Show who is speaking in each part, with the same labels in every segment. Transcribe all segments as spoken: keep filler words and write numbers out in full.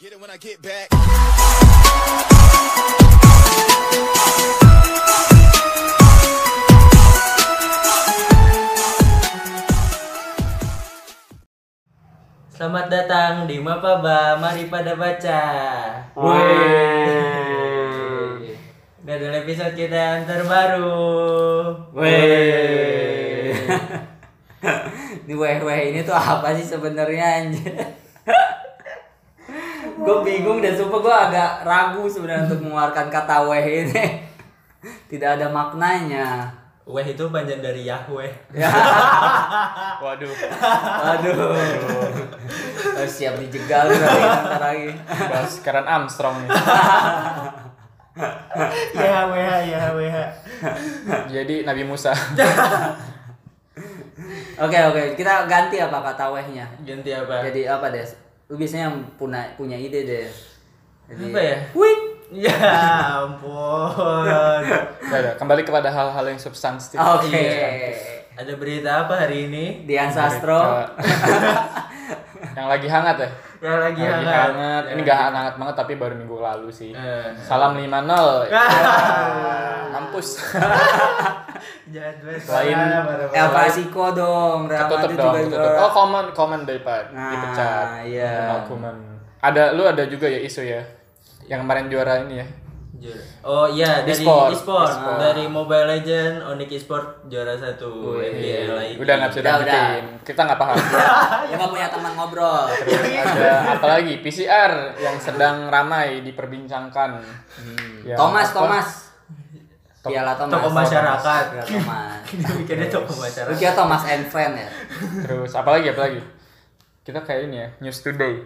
Speaker 1: Get it when I get back.
Speaker 2: Selamat datang di Mapaba, mari pada baca.
Speaker 3: Wey.
Speaker 2: Ini adalah episode kita yang terbaru.
Speaker 3: Wey. Ini weh-weh ini tuh apa sih sebenarnya anjir? Gue bingung dan sumpah gue agak ragu sebenarnya untuk mengeluarkan kata weh ini. Tidak ada maknanya.
Speaker 2: Weh itu panjang dari Yahweh.
Speaker 4: Waduh.
Speaker 3: Aduh. Oh, siap dijegal berarti ntar lagi.
Speaker 4: Bahas Karen Armstrong nih.
Speaker 2: Yahweh, Yahweh.
Speaker 4: Jadi Nabi Musa.
Speaker 3: Oke oke, kita ganti apa kata wehnya?
Speaker 2: Ganti apa?
Speaker 3: Jadi apa Des? Lu biasanya yang punya punya ide deh. Jadi,
Speaker 2: Apa ya?
Speaker 3: Wih.
Speaker 2: Ya ampun.
Speaker 4: Ya, ya, kembali kepada hal-hal yang substantif.
Speaker 3: Oke.
Speaker 2: Iya. Ada berita apa hari ini?
Speaker 3: Dian Sastro.
Speaker 4: Yang lagi hangat ya?
Speaker 2: Yang lagi
Speaker 4: Lagi
Speaker 2: hangat.
Speaker 4: hangat. Ini
Speaker 2: Ya.
Speaker 4: gak hangat banget tapi baru minggu lalu sih.
Speaker 2: Eh.
Speaker 4: Salam lima nol. Mampus.
Speaker 2: Jahat banget.
Speaker 4: Selain
Speaker 3: El Clasico dong, Real
Speaker 4: Ketutup
Speaker 3: Madrid
Speaker 4: dong,
Speaker 3: juga
Speaker 4: ketutup.
Speaker 3: juara.
Speaker 4: Oh, komen komen dipecat.
Speaker 3: Nah,
Speaker 4: dipecat.
Speaker 3: iya.
Speaker 4: Ronald Koeman. Ada lu ada juga ya isu ya? Yang kemarin juara ini ya.
Speaker 2: Oh iya, dari
Speaker 4: E-sport.
Speaker 2: e-sport,
Speaker 4: E-sport.
Speaker 2: dari Mobile Legend, Onyx Esport juara satu
Speaker 3: Wih.
Speaker 2: N B L lagi.
Speaker 4: Udah nggak bisa
Speaker 3: Udah,
Speaker 4: dilanjutin. Kita nggak paham.
Speaker 3: Lu nggak punya teman ngobrol.
Speaker 4: Terus ada apa lagi? P C R yang sedang ramai diperbincangkan. Ya,
Speaker 3: Thomas,
Speaker 4: apa?
Speaker 3: Thomas. Piala Thomas.
Speaker 2: Toko masyarakat.
Speaker 3: Piala Thomas.
Speaker 2: Kita bikinnya toko
Speaker 3: Lu
Speaker 2: masyarakat.
Speaker 3: kira Thomas and Friend ya?
Speaker 4: Terus apa lagi? Apa lagi? Kita kayak ini ya, News Today.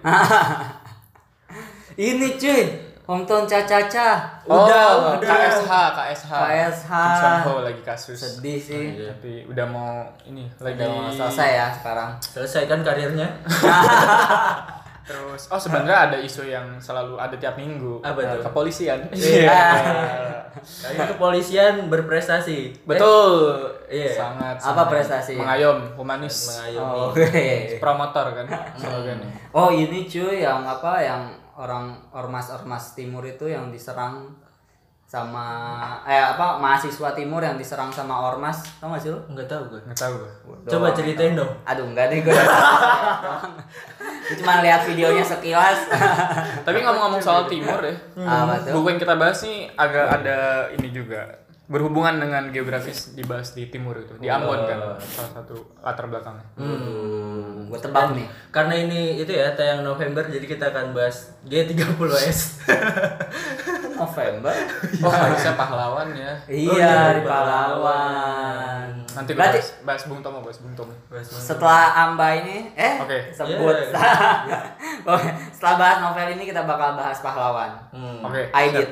Speaker 3: Ini cuy, hometown Caca-Caca.
Speaker 4: Oh,
Speaker 2: udah.
Speaker 4: K S H, K S H.
Speaker 3: K S H.
Speaker 4: Kim Son Ho lagi kasus.
Speaker 3: Sedih sih.
Speaker 4: Tapi udah mau ini lagi
Speaker 3: Udah mau selesai ya sekarang.
Speaker 2: Selesai kan karirnya?
Speaker 4: Terus oh sebenarnya ada isu yang selalu ada tiap minggu.
Speaker 2: Apa tuh?
Speaker 4: Kepolisian.
Speaker 3: Iya.
Speaker 2: Kali itu kepolisian berprestasi.
Speaker 4: Betul.
Speaker 2: Eh, iya.
Speaker 4: Sangat.
Speaker 3: Apa
Speaker 4: sangat
Speaker 3: prestasi?
Speaker 4: Mengayom, humanis.
Speaker 2: Mengayomi.
Speaker 3: Oh, oke.
Speaker 4: Promotor kan slogannya.
Speaker 3: Oh, ini cuy yang apa yang orang ormas-ormas timur itu yang diserang sama eh apa mahasiswa timur yang diserang sama ormas, tau gak sih lu?
Speaker 2: Enggak tahu gue.
Speaker 4: Nggak tahu gue.
Speaker 2: Coba ceritain dong.
Speaker 3: Aduh enggak deh gue. Gue cuma lihat videonya sekilas.
Speaker 4: Tapi ngomong-ngomong soal timur ya.
Speaker 3: Apa tuh?
Speaker 4: Buku yang kita bahas nih agak ada ini juga berhubungan dengan geografis dibahas di timur itu di Ambon kan salah satu latar belakangnya.
Speaker 3: Hmm, gue tebak nih.
Speaker 2: Karena ini itu ya tayang November jadi kita akan bahas G tiga puluh S.
Speaker 3: November.
Speaker 4: Oh harusnya pahlawan ya.
Speaker 3: Iya,
Speaker 2: iya,
Speaker 3: di Pahlawan.
Speaker 4: Nanti gue
Speaker 3: Berarti
Speaker 4: bahas, bahas Bung Tomo, bahas Bung Tomo.
Speaker 3: setelah Amba ini eh
Speaker 4: Oke.
Speaker 3: sebut
Speaker 2: Yeah.
Speaker 3: Oke, setelah bahas novel ini kita bakal bahas pahlawan.
Speaker 2: Hmm.
Speaker 4: Oke.
Speaker 3: I did.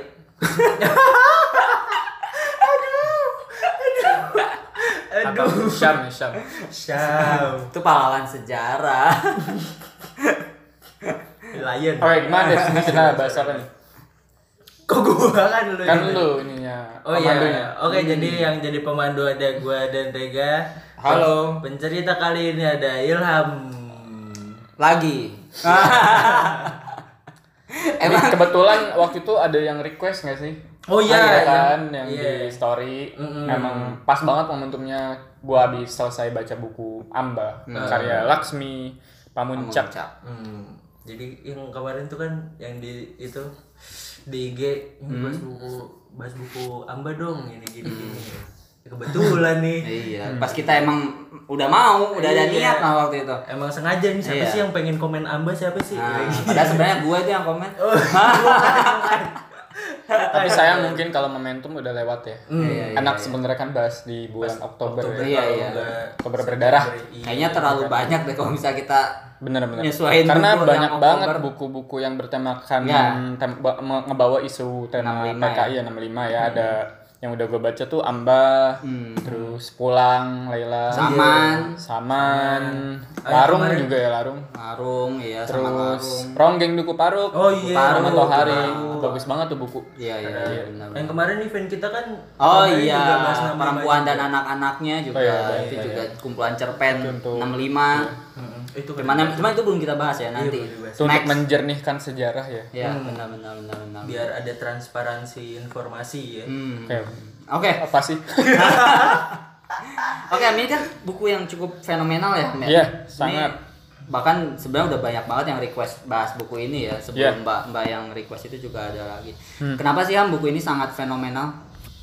Speaker 4: Atau Syam, Syam.
Speaker 2: Syam.
Speaker 3: Itu pahlawan sejarah.
Speaker 2: Lion.
Speaker 4: Oke, gimana deh? Ini kita bahas apa nih?
Speaker 2: Kok gua kan dulu?
Speaker 4: Kan
Speaker 2: ini?
Speaker 4: lu ininya.
Speaker 2: Oh
Speaker 4: pemandunya.
Speaker 2: iya. Oke, jadi yang jadi pemandu ada gua dan Tega.
Speaker 4: Halo.
Speaker 2: Pencerita kali ini ada Ilham.
Speaker 3: Lagi.
Speaker 4: Ini
Speaker 3: Emang
Speaker 4: kebetulan waktu itu ada yang request nggak sih?
Speaker 2: Oh iya,
Speaker 4: Ada
Speaker 2: yang-
Speaker 4: kan yang
Speaker 2: iya.
Speaker 4: di story.
Speaker 2: Mm-mm.
Speaker 4: Emang pas banget momentumnya gua habis selesai baca buku Amba karya Laksmi Pamuncak.
Speaker 3: Pamuncak.
Speaker 2: Hmm. Jadi yang kemarin tuh kan yang di itu di I G ini bahas buku bahas buku Amba dong ini gini gini. Ya, kebetulan nih.
Speaker 3: Iya, pas kita emang udah mau, udah ada
Speaker 2: Iya.
Speaker 3: niat lah waktu itu.
Speaker 2: Emang sengaja nih siapa
Speaker 3: Iya.
Speaker 2: sih yang pengen komen Amba siapa sih?
Speaker 3: Nah,
Speaker 2: Kayak gitu.
Speaker 3: padahal sebenarnya gue itu yang komen.
Speaker 4: Tapi sayang mungkin kalau momentum udah lewat ya.
Speaker 3: Iya, iya,
Speaker 4: Enak
Speaker 3: iya.
Speaker 4: sebenarnya kan bahas di bulan Oktober,
Speaker 2: Oktober,
Speaker 4: ya.
Speaker 3: Iya,
Speaker 2: kalau
Speaker 3: iya.
Speaker 2: nggak
Speaker 4: Oktober berdarah.
Speaker 2: Iya.
Speaker 3: Kayaknya terlalu banyak deh kalau bisa kita
Speaker 4: Bener-bener.
Speaker 3: nyesuaiin
Speaker 4: Karena
Speaker 3: buku
Speaker 4: banyak
Speaker 3: yang
Speaker 4: banget
Speaker 3: Oktober.
Speaker 4: buku-buku yang bertemakan
Speaker 3: Ya.
Speaker 4: tem- ba- me- ngebawa isu tema
Speaker 3: enam puluh lima
Speaker 4: P K I ya enam puluh lima ya. Ada yang udah gue baca tuh Amba,
Speaker 3: Hmm.
Speaker 4: terus Pulang, Laila,
Speaker 3: Saman.
Speaker 4: Saman,
Speaker 2: Ah,
Speaker 4: Larung
Speaker 2: kemarin-
Speaker 4: juga ya Larung.
Speaker 3: Marung, iya sama Marung.
Speaker 4: Terus Ronggeng Duku Paruk.
Speaker 2: Oh iya.
Speaker 3: Paruk,
Speaker 4: sama Tohari.
Speaker 3: Paruk.
Speaker 4: Bagus banget tuh buku.
Speaker 3: Iya, iya, iya, benar.
Speaker 2: Yang kemarin event kita kan
Speaker 3: Oh
Speaker 2: kemarin
Speaker 3: iya,
Speaker 2: juga bahas enam puluh lima
Speaker 3: perempuan
Speaker 2: juga.
Speaker 3: dan anak-anaknya juga
Speaker 4: Oh iya, baik,
Speaker 3: itu
Speaker 4: baik.
Speaker 3: juga kumpulan cerpen
Speaker 4: Untuk-
Speaker 3: enam puluh lima.
Speaker 2: Mm-mm. Itu kan
Speaker 3: Cuman cuman itu belum kita bahas ya nanti.
Speaker 2: belum dibahas.
Speaker 4: Itu untuk
Speaker 3: Next.
Speaker 4: menjernihkan sejarah ya.
Speaker 3: Ya, benar benar benar benar.
Speaker 2: Biar ada transparansi informasi ya.
Speaker 3: Hmm.
Speaker 4: Oke.
Speaker 3: Oke.
Speaker 4: Apa sih?
Speaker 3: Oke, ini kan buku yang cukup fenomenal ya, Mbak.
Speaker 4: Iya,
Speaker 3: Ini
Speaker 4: sangat.
Speaker 3: bahkan sebenarnya udah banyak banget yang request bahas buku ini ya. Sebelum
Speaker 4: Iya.
Speaker 3: Mbak Mbak yang request itu juga ada lagi.
Speaker 4: Hmm.
Speaker 3: Kenapa sih Ham buku ini sangat fenomenal?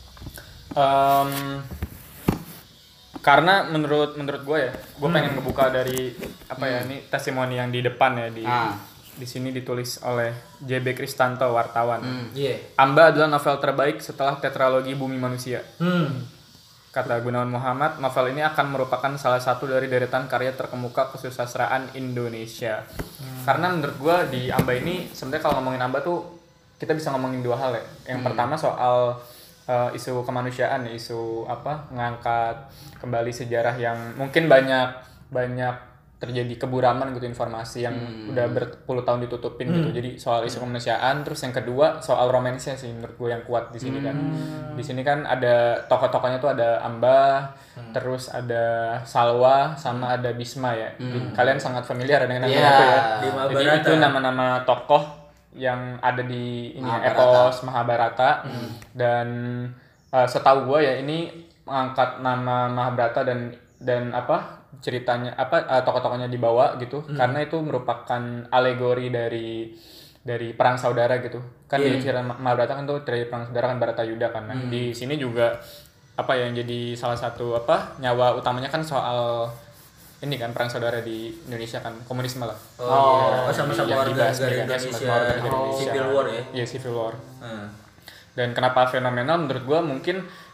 Speaker 4: Em, karena menurut menurut gue ya, gue pengen ngebuka dari apa ya, ini testimoni yang di depan ya, di
Speaker 3: Ah.
Speaker 4: di sini ditulis oleh J B Kristanto, wartawan.
Speaker 2: Iya.
Speaker 4: Amba adalah novel terbaik setelah tetralogi Bumi Manusia.
Speaker 2: Hmm.
Speaker 4: Kata Gunawan Muhammad, novel ini akan merupakan salah satu dari deretan karya terkemuka kesusastraan Indonesia.
Speaker 2: Hmm.
Speaker 4: Karena menurut gue di Amba ini, sebenarnya kalau ngomongin Amba tuh kita bisa ngomongin dua hal ya. Yang pertama soal uh, isu kemanusiaan, isu apa, ngangkat kembali sejarah yang mungkin banyak banyak terjadi keburaman gitu, informasi yang udah berpuluh tahun ditutupin gitu. Jadi soal isu kemanusiaan. Terus yang kedua soal romansnya sih menurut gue yang kuat di sini kan. Di sini kan ada tokoh-tokohnya tuh ada Amba, terus ada Salwa, sama ada Bisma ya. Jadi kalian sangat familiar dengan nama
Speaker 3: Iya,
Speaker 4: itu ya.
Speaker 2: di
Speaker 4: Jadi
Speaker 2: Mahabharata.
Speaker 4: itu nama-nama tokoh yang ada di ini ya,
Speaker 3: Mahabharata.
Speaker 4: epos Mahabharata. Dan uh, setahu gue ya ini mengangkat nama Mahabharata dan dan apa ceritanya apa uh, tokoh-tokohnya dibawa gitu, karena itu merupakan alegori dari dari perang saudara gitu kan. Di cerita Mahabharata kan tuh dari perang saudara kan Baratayuda kan. Nah, di sini juga apa ya, yang jadi salah satu apa nyawa utamanya kan soal ini kan perang saudara di Indonesia kan, komunisme lah.
Speaker 2: Oh,
Speaker 3: Oh,
Speaker 2: sama-sama
Speaker 4: yang
Speaker 2: warga
Speaker 4: dibahas
Speaker 2: negara
Speaker 4: kan,
Speaker 2: Indonesia.
Speaker 4: sama-sama warga negara
Speaker 2: Oh,
Speaker 4: Indonesia.
Speaker 2: Civil War ya.
Speaker 4: Iya, Civil War.
Speaker 2: Hmm.
Speaker 4: Dan kenapa fenomenal menurut gue mungkin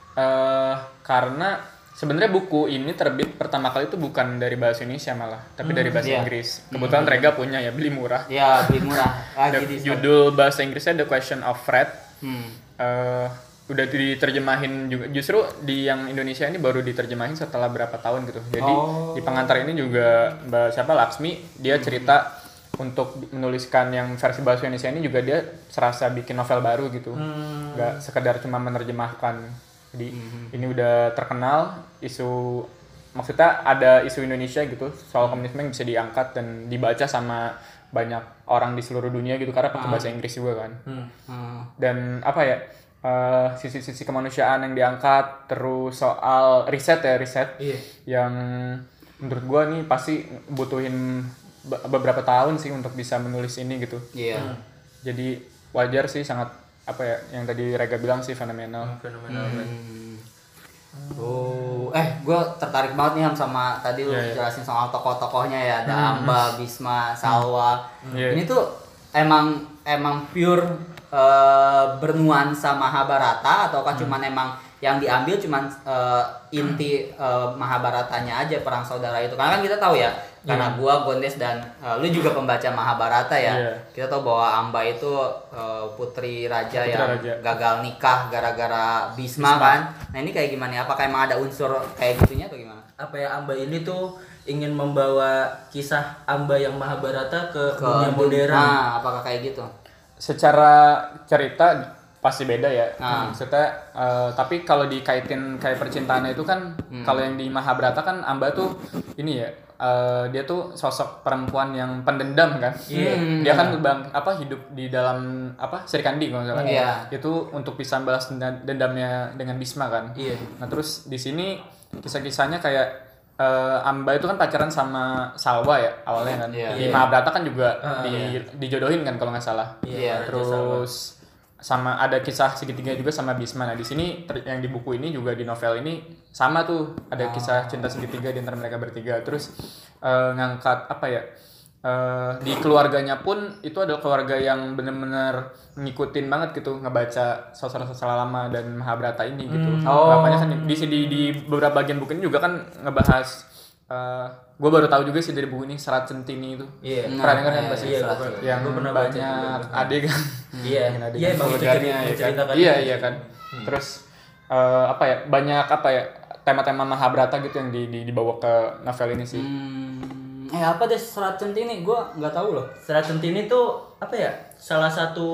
Speaker 4: eh, karena sebenarnya buku ini terbit pertama kali itu bukan dari bahasa Indonesia malah, tapi dari bahasa
Speaker 3: Iya.
Speaker 4: Inggris. Kebetulan Rega punya ya, beli murah.
Speaker 3: Ya, beli murah. Lagi
Speaker 4: The-
Speaker 3: di
Speaker 4: judul bahasa Inggrisnya The Question of Fred.
Speaker 3: Hmm.
Speaker 4: Eh, udah diterjemahin juga. Justru di yang Indonesia ini baru diterjemahin setelah berapa tahun gitu. Jadi
Speaker 3: Oh.
Speaker 4: di pengantar ini juga Mbak siapa Laksmi, dia cerita untuk menuliskan yang versi bahasa Indonesia ini juga dia serasa bikin novel baru gitu. Nggak sekedar cuma menerjemahkan. Jadi ini udah terkenal isu, maksudnya ada isu Indonesia gitu soal komunisme yang bisa diangkat dan dibaca sama banyak orang di seluruh dunia gitu karena pakai bahasa Inggris juga kan.
Speaker 3: Hmm.
Speaker 4: Dan apa ya, eh, sisi-sisi kemanusiaan yang diangkat, terus soal riset ya riset
Speaker 2: Iya.
Speaker 4: yang menurut gua nih pasti butuhin be- beberapa tahun sih untuk bisa menulis ini gitu.
Speaker 3: Iya.
Speaker 4: Jadi wajar sih, sangat apa ya yang tadi Rega bilang sih fenomenal.
Speaker 2: Fenomenal banget.
Speaker 3: Hmm. Oh, eh, gue tertarik banget nih Ham sama tadi lu
Speaker 4: Iya, iya.
Speaker 3: jelasin soal tokoh-tokohnya ya, ada Amba, Bisma, Salwa.
Speaker 4: Iya.
Speaker 3: Ini tuh emang emang pure eh, bernuansa Mahabharata ataukah cuman emang yang diambil cuman eh, inti eh, Mahabharatanya aja, perang saudara itu? Karena kan kita tahu ya, karena gua Gondes dan eh, lu juga pembaca Mahabharata ya.
Speaker 4: Iya.
Speaker 3: Kita tahu bahwa Amba itu eh, putri raja
Speaker 4: Putri
Speaker 3: yang
Speaker 4: raja.
Speaker 3: gagal nikah gara-gara Bisma, kan. Nah, ini kayak gimana ya? Apakah emang ada unsur kayak gitunya atau gimana?
Speaker 2: Apa ya, Amba ini tuh ingin membawa kisah Amba yang Mahabharata ke, dunia
Speaker 3: dun-
Speaker 2: modern.
Speaker 3: Nah, apakah kayak gitu?
Speaker 4: Secara cerita pasti beda ya.
Speaker 3: Ah.
Speaker 4: Maksudnya eh, tapi kalau dikaitin kayak percintaannya itu kan, kalau yang di Mahabharata kan Amba tuh ini ya, eh, dia tuh sosok perempuan yang pendendam kan.
Speaker 3: Iya.
Speaker 4: Dia kan bang apa hidup di dalam apa Serikandi kalau nggak salah.
Speaker 3: Iya.
Speaker 4: Itu untuk bisa balas dendam- dendamnya dengan Bisma kan.
Speaker 2: Iya.
Speaker 4: Nah terus di sini kisah-kisahnya kayak eh, Amba itu kan pacaran sama Salwa ya awalnya kan.
Speaker 3: Iya.
Speaker 4: Di
Speaker 2: Iya.
Speaker 4: Mahabharata kan juga
Speaker 2: Ah,
Speaker 4: di, dijodohin kan kalau nggak salah.
Speaker 3: Iya.
Speaker 4: Terus sama ada kisah segitiga juga sama Bisma. Nah di sini ter- yang di buku ini juga di novel ini sama tuh ada kisah cinta segitiga di antara mereka bertiga. Terus eh, ngangkat apa ya, eh, di keluarganya pun itu adalah keluarga yang benar-benar ngikutin banget gitu ngebaca sastra-sastra lama dan Mahabharata ini gitu.
Speaker 3: Oh.
Speaker 4: Bapaknya kan di, di di beberapa bagian buku ini juga kan ngebahas. eh gue baru tahu juga sih dari buku ini Serat Centini itu.
Speaker 2: Iya.
Speaker 3: Nah,
Speaker 4: Pernah dengar kan
Speaker 3: iya,
Speaker 4: pasti?
Speaker 2: iya,
Speaker 3: Serat
Speaker 2: gua-
Speaker 3: Centini.
Speaker 4: Yang
Speaker 2: gua pernah baca
Speaker 4: banyak
Speaker 2: juga.
Speaker 4: adegan.
Speaker 2: Iya.
Speaker 4: Yang adegan
Speaker 2: Iya, emang
Speaker 4: vulgarnya,
Speaker 2: cerita-
Speaker 4: ya kan?
Speaker 2: menceritakan
Speaker 4: Iya
Speaker 2: itu.
Speaker 4: iya kan. Terus eh, apa ya, banyak apa ya tema-tema Mahabharata gitu yang di, di, dibawa ke novel ini sih.
Speaker 3: Hmm. Eh, apa deh Serat Centini? Gua nggak tahu loh.
Speaker 2: Serat Centini tuh apa ya? Salah satu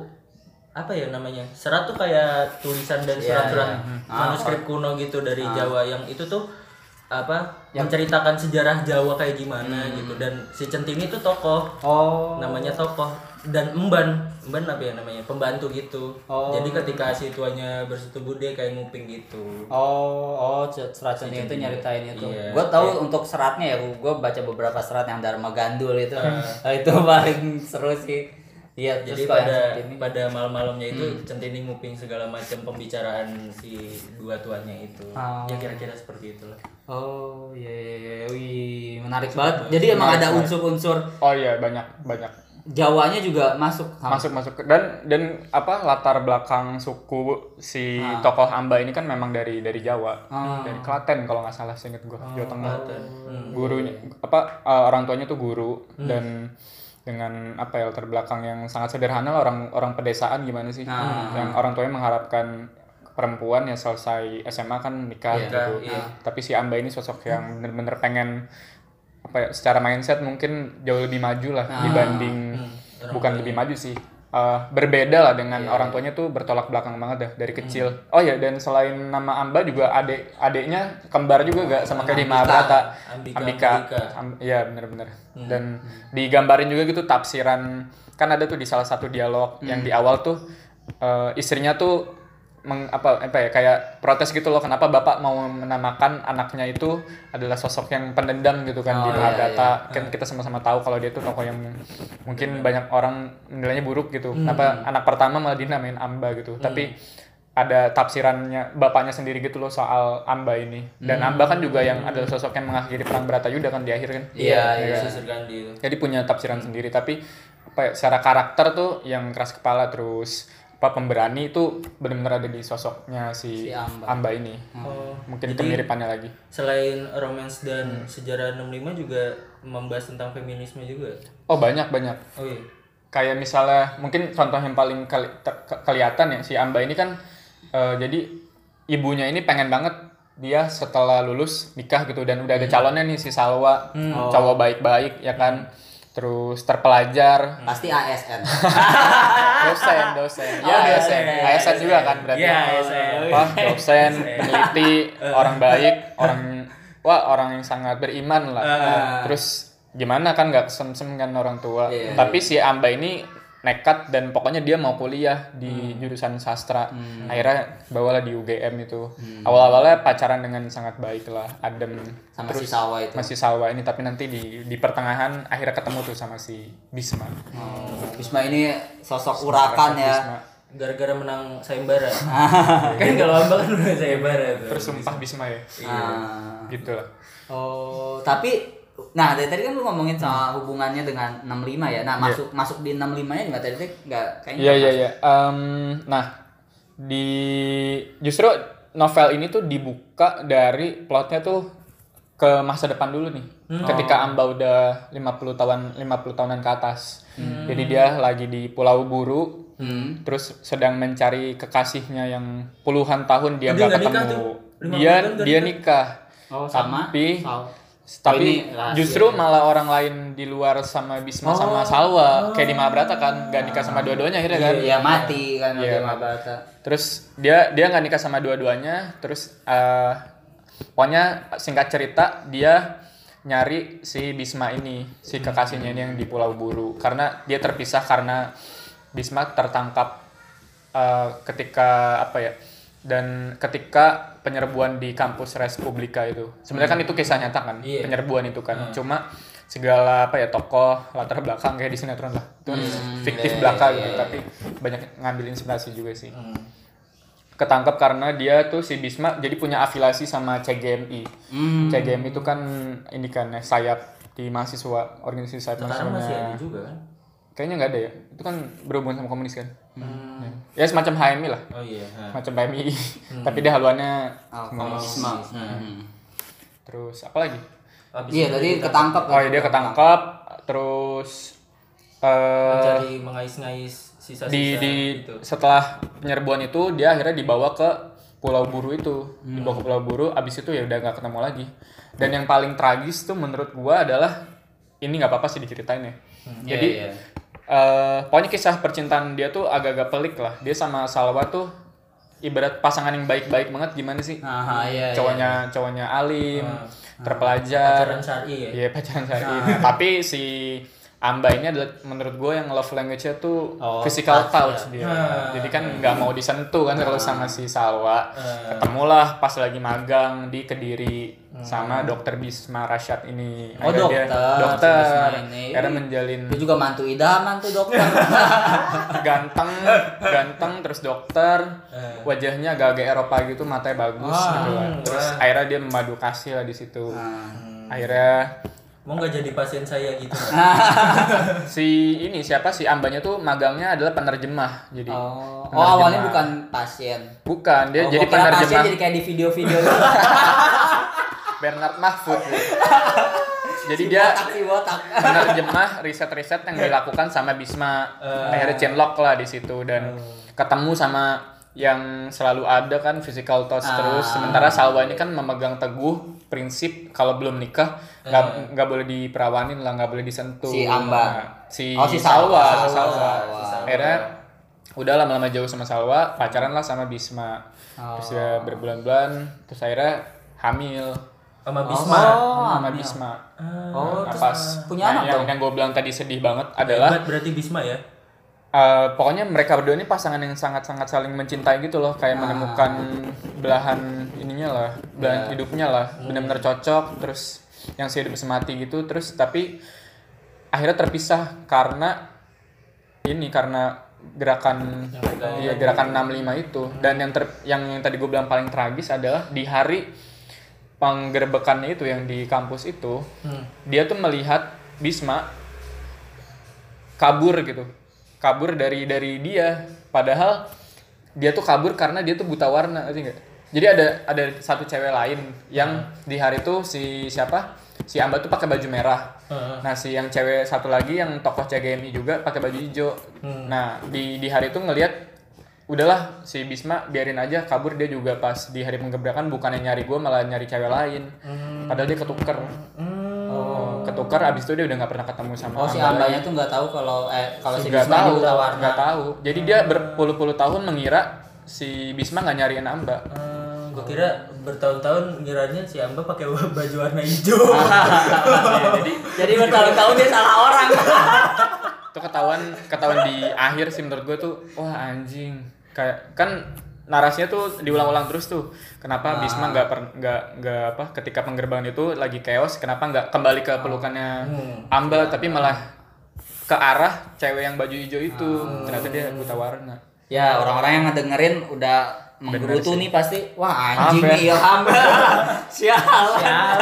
Speaker 2: apa ya namanya? Serat tuh kayak tulisan dan
Speaker 3: Iya,
Speaker 2: surat-surat
Speaker 3: iya.
Speaker 2: manuskrip kuno gitu dari Jawa yang itu tuh apa menceritakan sejarah Jawa kayak gimana hmm. gitu, dan si Centini tuh tokoh
Speaker 3: Oh.
Speaker 2: namanya tokoh, dan emban emban apa ya namanya pembantu gitu.
Speaker 3: Oh.
Speaker 2: Jadi ketika si tuanya bersetubuh dia kayak nguping gitu.
Speaker 3: Oh, oh, serat Centini itu nyeritain itu.
Speaker 2: Iya.
Speaker 3: Gue tahu yeah. untuk seratnya ya, gue baca beberapa serat yang Dharma Gandul itu, uh. itu paling seru sih. Iya,
Speaker 2: jadi pada pada malam-malamnya itu hmm. Centini nguping segala macam pembicaraan si dua tuannya itu. Oh. Ya kira-kira seperti itulah.
Speaker 3: Oh, iya iya iya. Wih, menarik banget. Jadi menarik, emang ada unsur-unsur.
Speaker 4: Oh iya, banyak banyak.
Speaker 3: Jawanya juga masuk.
Speaker 4: Masuk masuk dan dan apa latar belakang suku si ah. tokoh Amba ini kan memang dari dari Jawa. Ah. Dari Klaten kalau nggak salah, seinget gua, oh, Jawa Tengah. Hmm. Gurunya apa uh, orang tuanya tuh guru hmm. dan dengan apa ya latar belakang yang sangat sederhana lah, orang orang pedesaan gimana sih ah. yang orang tuanya mengharapkan perempuan yang selesai S M A kan nikah yeah, gitu yeah. Tapi si Amba ini sosok yang bener-bener pengen apa ya secara mindset mungkin jauh lebih maju lah ah. dibanding hmm. bukan lebih maju sih uh, berbeda lah dengan yeah. orang tuanya tuh bertolak belakang banget dah dari kecil. hmm. Oh ya, dan selain nama Amba juga adik adiknya kembar juga gak sama kayak di Mahabharata,
Speaker 2: Ambika,
Speaker 4: Ambika. Iya Am, bener-bener hmm. dan hmm. digambarin juga gitu tafsiran, kan ada tuh di salah satu dialog hmm. yang di awal tuh uh, istrinya tuh meng, apa apa ya kayak protes gitu loh, kenapa bapak mau menamakan anaknya itu adalah sosok yang pendendam gitu kan. Oh, di Mahabharata. Iya, iya. Kan kita sama-sama tahu kalau dia tuh tokoh yang mungkin banyak orang menilainya buruk gitu. Hmm. Kenapa anak pertama malah dinamain Amba gitu. Hmm. Tapi ada tafsirannya bapaknya sendiri gitu loh soal Amba ini. Dan hmm. Amba kan juga yang adalah sosok yang mengakhiri perang Bharatayuda kan di akhir kan.
Speaker 2: Iya, iya. iya.
Speaker 4: Jadi punya tafsiran hmm. sendiri, tapi apa ya, secara karakter tuh yang keras kepala terus apa pemberani itu benar-benar ada di sosoknya si, si Amba. Amba ini. Oh, mungkin kemiripannya lagi.
Speaker 2: Selain romance dan hmm. sejarah enam puluh lima juga membahas tentang feminisme juga.
Speaker 4: Oh, banyak banyak.
Speaker 2: Oh iya.
Speaker 4: Kayak misalnya mungkin contoh yang paling keli, ter, ke, kelihatan ya si Amba ini kan uh, jadi ibunya ini pengen banget dia setelah lulus nikah gitu, dan udah ada calonnya nih si Salwa, hmm. oh. cowok baik-baik ya kan. Terus terpelajar,
Speaker 3: pasti A S N.
Speaker 4: dosen, dosen. Ya, A S N. A S N juga kan berarti.
Speaker 2: Iya, A S N.
Speaker 4: Wah, dosen, peneliti, orang baik, orang wah, orang yang sangat beriman lah. Uh. Terus gimana kan enggak kesem-sem kan orang tua. Yeah. Tapi si Amba ini nekat dan pokoknya dia mau kuliah di hmm. jurusan sastra. Hmm. Akhirnya bawalah di U G M itu. Hmm. Awal-awalnya pacaran dengan sangat baik lah, adem.
Speaker 3: Sama terus si Salwa itu.
Speaker 4: Masih Salwa ini, tapi nanti di di pertengahan akhirnya ketemu tuh sama si Bisma.
Speaker 3: Oh. Bisma ini sosok urakan ya. Bisma.
Speaker 2: Gara-gara menang sayembara. Kan kalau Amba kan menang sayembara tuh.
Speaker 4: Tersumpah Bisma ya.
Speaker 3: Iya.
Speaker 4: Ah. Gitu lah.
Speaker 3: Oh, tapi nah dari tadi kan lu ngomongin soal hubungannya dengan enam puluh lima ya. Nah, masuk yeah. masuk di enam puluh lima-nya juga tadi enggak kayaknya.
Speaker 4: Iya iya iya. Nah, di justru novel ini tuh dibuka dari plotnya tuh ke masa depan dulu nih. Hmm. Ketika Amba udah lima puluh tahun lima puluh tahunan ke atas. Hmm. Jadi dia lagi di Pulau Buru. Hmm. Terus sedang mencari kekasihnya yang puluhan tahun dia enggak ketemu. Dia dia nikah.
Speaker 3: Oh, sama.
Speaker 4: Tapi tapi oh, justru ya. Malah orang lain di luar sama Bisma oh, sama Salwa oh. kayak di Mahabharata kan nggak nikah sama dua-duanya akhirnya kan.
Speaker 3: Iya mati kan
Speaker 4: ya,
Speaker 3: di Mahabharata.
Speaker 4: Terus dia dia nggak nikah sama dua-duanya, terus uh, pokoknya singkat cerita dia nyari si Bisma ini, si kekasihnya ini yang di Pulau Buru, karena dia terpisah karena Bisma tertangkap uh, ketika apa ya dan ketika penyerbuan di kampus Respublika itu. Sebenarnya kan itu kisah nyata kan, yeah. penyerbuan itu kan. Hmm. Cuma segala apa ya tokoh latar belakang kayak di sinetron lah. Itu hmm, fiktif yeah, belaka yeah, gitu, yeah. tapi banyak ngambil inspirasi juga sih. Hmm. Ketangkap karena dia tuh si Bisma jadi punya afiliasi sama C G M I. Hmm. C G M I itu kan ini kan ya, sayap di mahasiswa, organisasi sayap mahasiswa.
Speaker 2: Masih ada juga kan?
Speaker 4: Kayaknya nggak ada ya. Itu kan berhubungan sama komunis kan. Hmm. Ya, ya semacam H M I lah.
Speaker 2: Oh iya. Ha.
Speaker 4: Semacam H M I. Hmm. Tapi dia haluannya
Speaker 3: komunisme. Oh,
Speaker 4: hmm. Terus apa lagi?
Speaker 3: Iya tadi ketangkap.
Speaker 4: Oh iya dia ketangkap. Terus uh,
Speaker 2: mencari mengais-ngais sisa-sisa
Speaker 4: di, di
Speaker 2: itu.
Speaker 4: Setelah penyerbuan itu dia akhirnya dibawa ke Pulau Buru itu. Hmm. Dibawa ke Pulau Buru. Abis itu ya udah nggak ketemu lagi. Dan yang paling tragis tuh menurut gua adalah ini nggak apa-apa sih diceritain ya. Hmm. Jadi yeah, yeah. Uh, pokoknya kisah percintaan dia tuh agak-agak pelik lah. Dia sama Salwa tuh ibarat pasangan yang baik-baik banget gimana sih?
Speaker 3: Aha, iya,
Speaker 4: cowoknya iya. cowoknya alim, uh. terpelajar.
Speaker 2: Pacaran syar'i ya.
Speaker 4: Iya, pacaran syar'i. Nah, tapi si Amba ini adalah menurut gue yang love language-nya tuh
Speaker 3: Oh,
Speaker 4: physical
Speaker 3: touch,
Speaker 4: touch dia.
Speaker 2: Ah.
Speaker 4: Jadi kan nggak mau disentuh kan kalau sama si Salwa. Ketemulah pas lagi magang di Kediri sama dokter Bisma Rasyad ini.
Speaker 3: Oh,
Speaker 4: Akhirnya
Speaker 3: dokter.
Speaker 4: Dia, dokter.
Speaker 3: Si Bisma ini.
Speaker 4: Karena menjalin
Speaker 3: Dia juga mantu idaman tuh dokter.
Speaker 4: ganteng, ganteng terus dokter. Wajahnya agak-agak Eropa gitu, matanya bagus
Speaker 3: Ah,
Speaker 4: gitu kan. Terus akhirnya dia memadu kasih lah di situ.
Speaker 3: Hmm.
Speaker 4: Akhirnya
Speaker 2: Mau nggak jadi pasien saya gitu?
Speaker 4: si ini siapa si Ambanya tuh magangnya adalah penerjemah. Jadi
Speaker 3: Oh, oh
Speaker 4: penerjemah.
Speaker 3: awalnya bukan pasien.
Speaker 4: Bukan, dia
Speaker 3: Oh,
Speaker 4: jadi
Speaker 3: gua kira pasien
Speaker 4: penerjemah
Speaker 3: jadi kayak di video-video gitu.
Speaker 4: Bernard Mahfud. Jadi
Speaker 3: Si
Speaker 4: dia
Speaker 3: botak, si botak.
Speaker 4: penerjemah riset-riset yang dilakukan sama Bisma. Akhirnya chainlock lah di situ dan ketemu sama yang selalu ada kan physical touch
Speaker 3: Ah.
Speaker 4: terus. Sementara Salwa ini kan memegang teguh prinsip kalau belum nikah nggak nggak boleh diperawanin lah, nggak boleh disentuh.
Speaker 3: Si Amba.
Speaker 4: Nah, si,
Speaker 3: Oh, si
Speaker 4: Salwa,
Speaker 3: Salwa.
Speaker 4: Salwa.
Speaker 3: Salwa.
Speaker 4: Akhirnya udah lama-lama jauh sama Salwa, pacaran lah sama Bisma. Terus ya berbulan-bulan, terus akhirnya hamil
Speaker 2: Sama Bisma.
Speaker 3: Oh,
Speaker 4: sama
Speaker 3: hamil.
Speaker 4: Bisma.
Speaker 3: Oh,
Speaker 4: Nah,
Speaker 3: terus
Speaker 4: pas
Speaker 3: punya
Speaker 4: nah,
Speaker 3: anak
Speaker 4: yang,
Speaker 3: dong?
Speaker 4: yang gue bilang tadi sedih banget adalah
Speaker 2: Hebat berarti Bisma ya.
Speaker 4: eh, pokoknya mereka berdua ini pasangan yang sangat-sangat saling mencintai gitu loh, kayak menemukan belahan ininya lah, belahan hidupnya lah, benar-benar cocok. Terus yang sehidup semati gitu, terus tapi akhirnya terpisah karena ini karena gerakan iya gerakan enam puluh lima itu. Dan yang ter, yang, yang tadi gue bilang paling tragis adalah di hari penggerbekannya itu yang di kampus itu, dia tuh melihat Bisma kabur gitu, kabur dari dari dia, padahal dia tuh kabur karena dia tuh buta warna, ngerti nggak? Jadi ada ada satu cewek lain yang di hari itu si siapa si Amba tuh pakai baju merah. Nah si yang cewek satu lagi yang tokoh C G M I juga pakai baju hijau. Nah di di hari itu ngelihat udahlah si Bisma biarin aja kabur, dia juga pas di hari penggebrakan bukannya nyari gue malah nyari cewek lain. Padahal dia ketuker. Oh, ketuker abis itu dia udah nggak pernah ketemu sama
Speaker 3: Oh, si
Speaker 4: Amba
Speaker 3: Ambanya
Speaker 4: lagi.
Speaker 3: tuh nggak tahu kalau eh kalau si
Speaker 4: Nggak
Speaker 3: Bisma
Speaker 4: tahu,
Speaker 3: ini buta warna.
Speaker 4: nggak tahu. Jadi dia berpuluh-puluh tahun mengira si Bisma nggak nyariin Amba.
Speaker 2: Hmm, gue kira bertahun-tahun ngiranya si Amba pakai baju warna hijau.
Speaker 4: Iya, jadi
Speaker 3: Jadi bertahun-tahun dia salah orang.
Speaker 4: itu ketahuan ketahuan di akhir sih menurut gue tuh, wah anjing, kayak kan narasinya tuh diulang-ulang terus tuh, kenapa Bisma nggak per- nggak nggak apa ketika penggerbakan itu lagi chaos, kenapa nggak kembali ke pelukannya Amba tapi malah ke arah cewek yang baju hijau itu. Ternyata dia buta warna.
Speaker 3: Ya, orang-orang yang ngedengerin udah menggerutu nih pasti, wah anjing
Speaker 4: Maaf ya.
Speaker 3: nih Ilham. Sialan.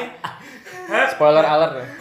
Speaker 4: Spoiler alert ya.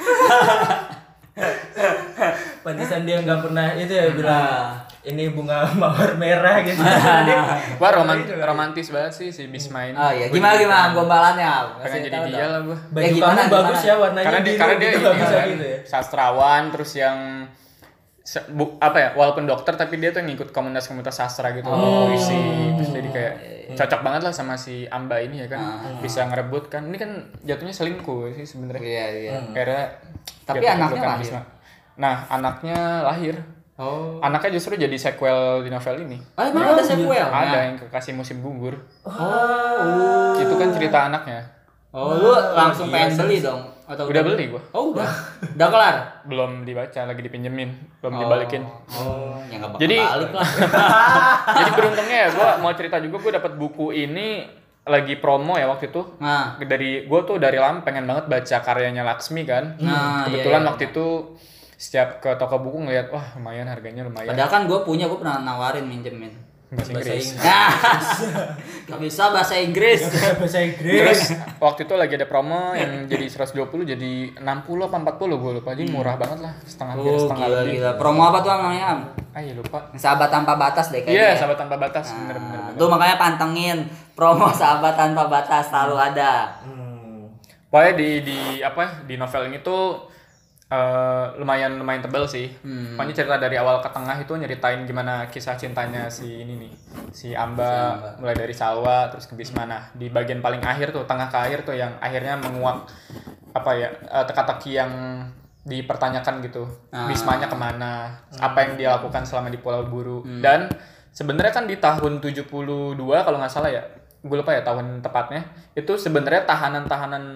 Speaker 2: Pantesan dia nggak pernah itu ya bilang ini bunga mawar merah gitu.
Speaker 4: Wah romantis, romantis banget sih si Bisma ini.
Speaker 3: Oh iya, gimana gimana gombalannya?
Speaker 4: Pengen
Speaker 3: Kasih
Speaker 4: jadi
Speaker 3: tahu
Speaker 4: dia
Speaker 3: dong.
Speaker 4: lah gue.
Speaker 2: Baju
Speaker 3: Ya, gimana,
Speaker 2: kamu bagus
Speaker 3: gimana?
Speaker 2: ya warnanya
Speaker 4: Karena dia
Speaker 2: biru
Speaker 4: karena dia
Speaker 2: gitu,
Speaker 4: ini
Speaker 2: nggak bisa
Speaker 4: kan,
Speaker 2: gitu ya.
Speaker 4: sastrawan terus yang se- bu- apa ya walaupun dokter tapi dia tuh ngikut komunitas-komunitas sastra gitu, puisi, terus jadi kayak cocok banget lah sama si Amba ini ya kan, bisa ngerebut kan. Ini kan jatuhnya selingkuh sih sebenarnya.
Speaker 3: Iya, iya.
Speaker 4: Akhirnya
Speaker 3: Tapi
Speaker 4: jatuh
Speaker 3: anaknya
Speaker 4: pelukan
Speaker 3: lahir?
Speaker 4: Bisma. Nah anaknya lahir.
Speaker 3: Oh.
Speaker 4: Anaknya justru jadi sequel di novel ini.
Speaker 3: Oh, emang ada sequel?
Speaker 4: Ada yang kekasih musim gugur.
Speaker 3: Oh.
Speaker 4: Itu kan cerita anaknya.
Speaker 3: Oh, lu langsung pengen beli dong? Atau
Speaker 4: Udah beli gua.
Speaker 3: Oh, udah. Udah kelar?
Speaker 4: Belum dibaca, lagi dipinjemin, belum dibalikin.
Speaker 3: Oh, ya enggak bakal
Speaker 4: Jadi-
Speaker 3: balik lah.
Speaker 4: Jadi beruntungnya ya gue mau cerita juga, gue dapat buku ini lagi promo ya waktu itu.
Speaker 3: Nah,
Speaker 4: Dari gue tuh dari lama pengen banget baca karyanya Laksmi kan.
Speaker 3: Nah,
Speaker 4: Kebetulan
Speaker 3: iya, iya.
Speaker 4: waktu itu setiap ke toko buku ngeliat, wah lumayan harganya lumayan.
Speaker 3: padahal kan gue punya, gue pernah nawarin minjemin.
Speaker 4: Bahasa
Speaker 2: Bahasa
Speaker 4: Inggris.
Speaker 2: Inggris.
Speaker 3: Nah, gak bisa bahasa Inggris.
Speaker 2: Bahasa Inggris.
Speaker 4: Terus waktu itu lagi ada promo yang jadi seratus dua puluh jadi enam puluh apa empat puluh gue lupa. Jadi murah banget lah, setengah
Speaker 3: Oh,
Speaker 4: setengah
Speaker 3: gila,
Speaker 4: lebih.
Speaker 3: gila. Promo apa tuh namanya? Am?
Speaker 4: Ah iya lupa.
Speaker 3: Sahabat tanpa batas deh kayaknya.
Speaker 4: Iya,
Speaker 3: ya.
Speaker 4: sahabat tanpa batas, bener bener.
Speaker 3: Nah,
Speaker 4: bener.
Speaker 3: tuh makanya pantengin promo sahabat tanpa batas selalu ada.
Speaker 2: Hmm.
Speaker 4: Pokoknya di di apa di novel ini tuh eh, lumayan lumayan tebel sih.
Speaker 3: Hmm.
Speaker 4: Pokoknya cerita dari awal ke tengah itu nyeritain gimana kisah cintanya si ini nih, si Amba, mulai dari Salwa terus ke Bisma. Nah, di bagian paling akhir tuh, tengah ke akhir tuh yang akhirnya menguak apa ya eh, teka-teki yang dipertanyakan gitu.
Speaker 3: Ah.
Speaker 4: Bismanya kemana? Apa yang dia lakukan selama di Pulau Buru? Dan sebenarnya kan di tahun tujuh puluh dua kalau nggak salah ya, gue lupa ya tahun tepatnya. Itu sebenarnya tahanan-tahanan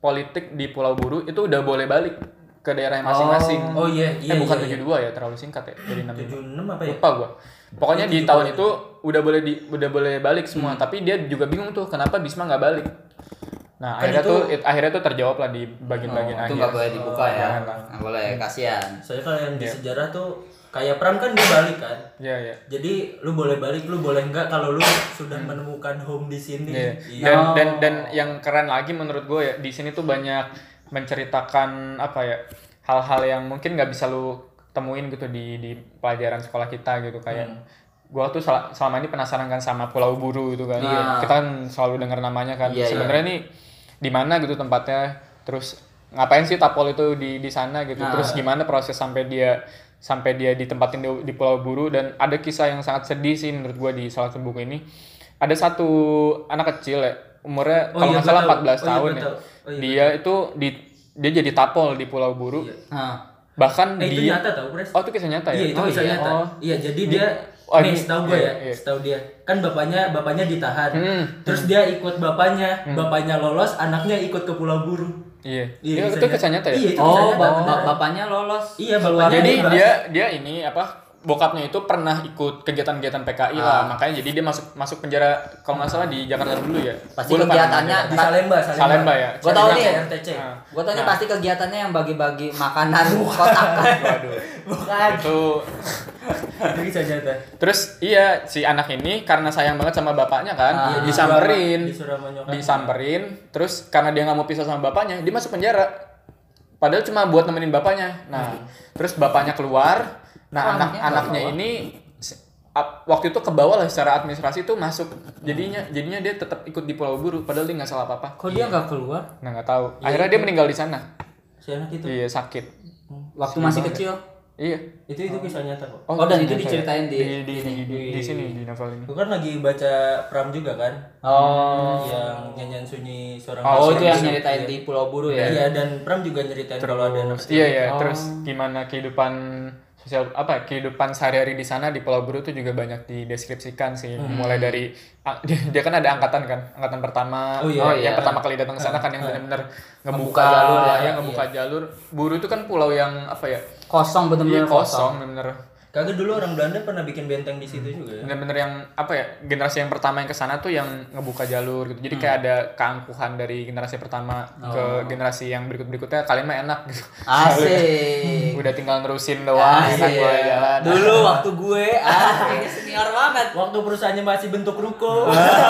Speaker 4: politik di Pulau Buru itu udah boleh balik ke daerah masing-masing.
Speaker 2: Oh iya, iya.
Speaker 4: Eh bukan
Speaker 2: iya,
Speaker 4: tujuh puluh dua ya, terlalu singkat ya. Jadi enam puluh lima.
Speaker 2: tujuh puluh enam apa ya?
Speaker 4: Lupa gua. Pokoknya di tahun itu udah boleh di udah boleh balik semua, hmm. tapi dia juga bingung tuh kenapa Bisma nggak balik. Nah, kan akhirnya itu, tuh it, akhirnya tuh terjawab lah di bagian-bagian
Speaker 3: oh,
Speaker 4: akhir.
Speaker 3: Itu nggak boleh dibuka ya.
Speaker 4: Nah,
Speaker 3: nggak boleh, kasihan.
Speaker 2: Soalnya kalau yang di
Speaker 4: yeah.
Speaker 2: sejarah tuh kayak Pram kan dia balik kan.
Speaker 4: Iya, yeah, iya. Yeah.
Speaker 2: Jadi lu boleh balik, lu boleh enggak kalau lu sudah menemukan home di sini.
Speaker 4: Yeah.
Speaker 2: Iya.
Speaker 4: Dan, dan dan yang keren lagi menurut gue ya, di sini tuh banyak menceritakan apa ya? Hal-hal yang mungkin nggak bisa lu temuin gitu di di pelajaran sekolah kita gitu kayak hmm. gue tuh sel- selama ini penasaran kan sama Pulau Buru gitu kan.
Speaker 3: Nah.
Speaker 4: Kita kan selalu dengar namanya kan.
Speaker 3: Yeah,
Speaker 4: sebenarnya
Speaker 3: yeah.
Speaker 4: nih di mana gitu tempatnya, terus ngapain sih Tapol itu di di sana gitu,
Speaker 3: nah.
Speaker 4: terus gimana proses sampai dia sampai dia ditempatin di, di Pulau Buru. Dan ada kisah yang sangat sedih sih menurut gue di salah satu buku ini. Ada satu anak kecil ya, umurnya oh, kalau nggak iya, salah empat belas oh, tahun iya, ya, oh, iya, dia betul. itu di dia jadi Tapol di Pulau Buru. Iya.
Speaker 3: Nah.
Speaker 4: Bahkan
Speaker 2: eh,
Speaker 4: dia
Speaker 2: itu nyata tau Pres?
Speaker 4: Oh itu kisah nyata ya?
Speaker 2: Iya itu
Speaker 4: oh,
Speaker 2: kisah
Speaker 4: iya.
Speaker 2: nyata.
Speaker 4: Oh.
Speaker 2: Iya jadi dia
Speaker 4: Oh,
Speaker 2: nih
Speaker 4: ini,
Speaker 2: setahu gue
Speaker 4: iya,
Speaker 2: ya,
Speaker 4: iya.
Speaker 2: setahu dia kan bapaknya bapaknya ditahan,
Speaker 4: hmm.
Speaker 2: terus dia ikut bapaknya, hmm. bapaknya lolos, anaknya ikut ke Pulau Buru.
Speaker 4: Iya,
Speaker 2: iya
Speaker 4: itu kisah nyata ya?
Speaker 2: Iya, itu
Speaker 3: oh,
Speaker 2: nyata,
Speaker 3: bap- bapaknya lolos.
Speaker 2: Iya, bapaknya.
Speaker 4: Jadi
Speaker 2: bebas.
Speaker 4: dia dia ini apa? Bokapnya itu pernah ikut kegiatan-kegiatan P K I ah. lah, makanya jadi dia masuk masuk penjara kalau nggak salah di Jakarta dulu ya.
Speaker 3: Pasti gua kegiatannya
Speaker 2: di Salemba, Salemba,
Speaker 4: Salemba ya.
Speaker 3: Gua tahu nih,
Speaker 2: R T C.
Speaker 3: Nah. Gua tahu nih pasti kegiatannya yang bagi-bagi makanan kotak.
Speaker 4: Waduh.
Speaker 3: Bukan.
Speaker 4: Itu
Speaker 2: itu bisa nyata.
Speaker 4: Terus iya si anak ini karena sayang banget sama bapaknya kan,
Speaker 3: ah.
Speaker 4: disamperin,
Speaker 2: Disamperin,
Speaker 4: disamperin, terus karena dia nggak mau pisah sama bapaknya, dia masuk penjara. Padahal cuma buat nemenin bapaknya. Nah, hmm. terus bapaknya keluar. Nah, oh, anak anaknya ini waktu itu ke bawah lah secara administrasi itu masuk. Jadinya jadinya dia tetap ikut di Pulau Buru padahal dia nggak salah apa-apa.
Speaker 2: Kok dia nggak keluar?
Speaker 4: Nah, nggak tahu. Akhirnya dia meninggal di sana.
Speaker 2: Si anak itu.
Speaker 4: Iya, sakit.
Speaker 3: Waktu masih kecil.
Speaker 4: Iya.
Speaker 2: Itu itu kisah nyata kok.
Speaker 3: Oh, oh dan itu diceritain di
Speaker 4: di di, di, di, di sini di novel ini.
Speaker 2: Gue kan lagi baca Pram juga kan.
Speaker 3: Oh.
Speaker 2: Yang nyanyian sunyi seorang.
Speaker 3: Oh, itu yang nyeritain di Pulau Buru ya.
Speaker 2: Iya, dan Pram juga nyeritain kalau ada anak.
Speaker 4: Iya, iya. Oh. Terus gimana kehidupan sosial apa kehidupan sehari-hari di sana di Pulau Buru itu juga banyak dideskripsikan sih. Hmm. Mulai dari dia, dia kan ada angkatan kan, angkatan pertama.
Speaker 2: Oh, iya,
Speaker 4: oh,
Speaker 2: iya.
Speaker 4: yang pertama kali datang ke sana kan yang benar-benar ngebuka
Speaker 3: jalur ya,
Speaker 4: ya, ngebuka iya. jalur. Buru itu kan pulau yang apa ya?
Speaker 3: Kosong benar-benar
Speaker 4: iya, kosong, benar-benar.
Speaker 2: Kagak dulu orang Belanda pernah bikin benteng di situ juga ya.
Speaker 4: Bener-bener yang apa ya generasi yang pertama yang kesana tuh yang ngebuka jalur gitu. Jadi hmm. kayak ada keangkuhan dari generasi pertama oh. ke generasi yang berikut-berikutnya. Kalian mah enak gitu.
Speaker 3: Asik.
Speaker 4: Udah tinggal nerusin doang.
Speaker 3: Asik.
Speaker 4: Kan gue jalan.
Speaker 3: Dulu waktu gue ah ini senior banget.
Speaker 2: Waktu perusahaannya masih bentuk ruko.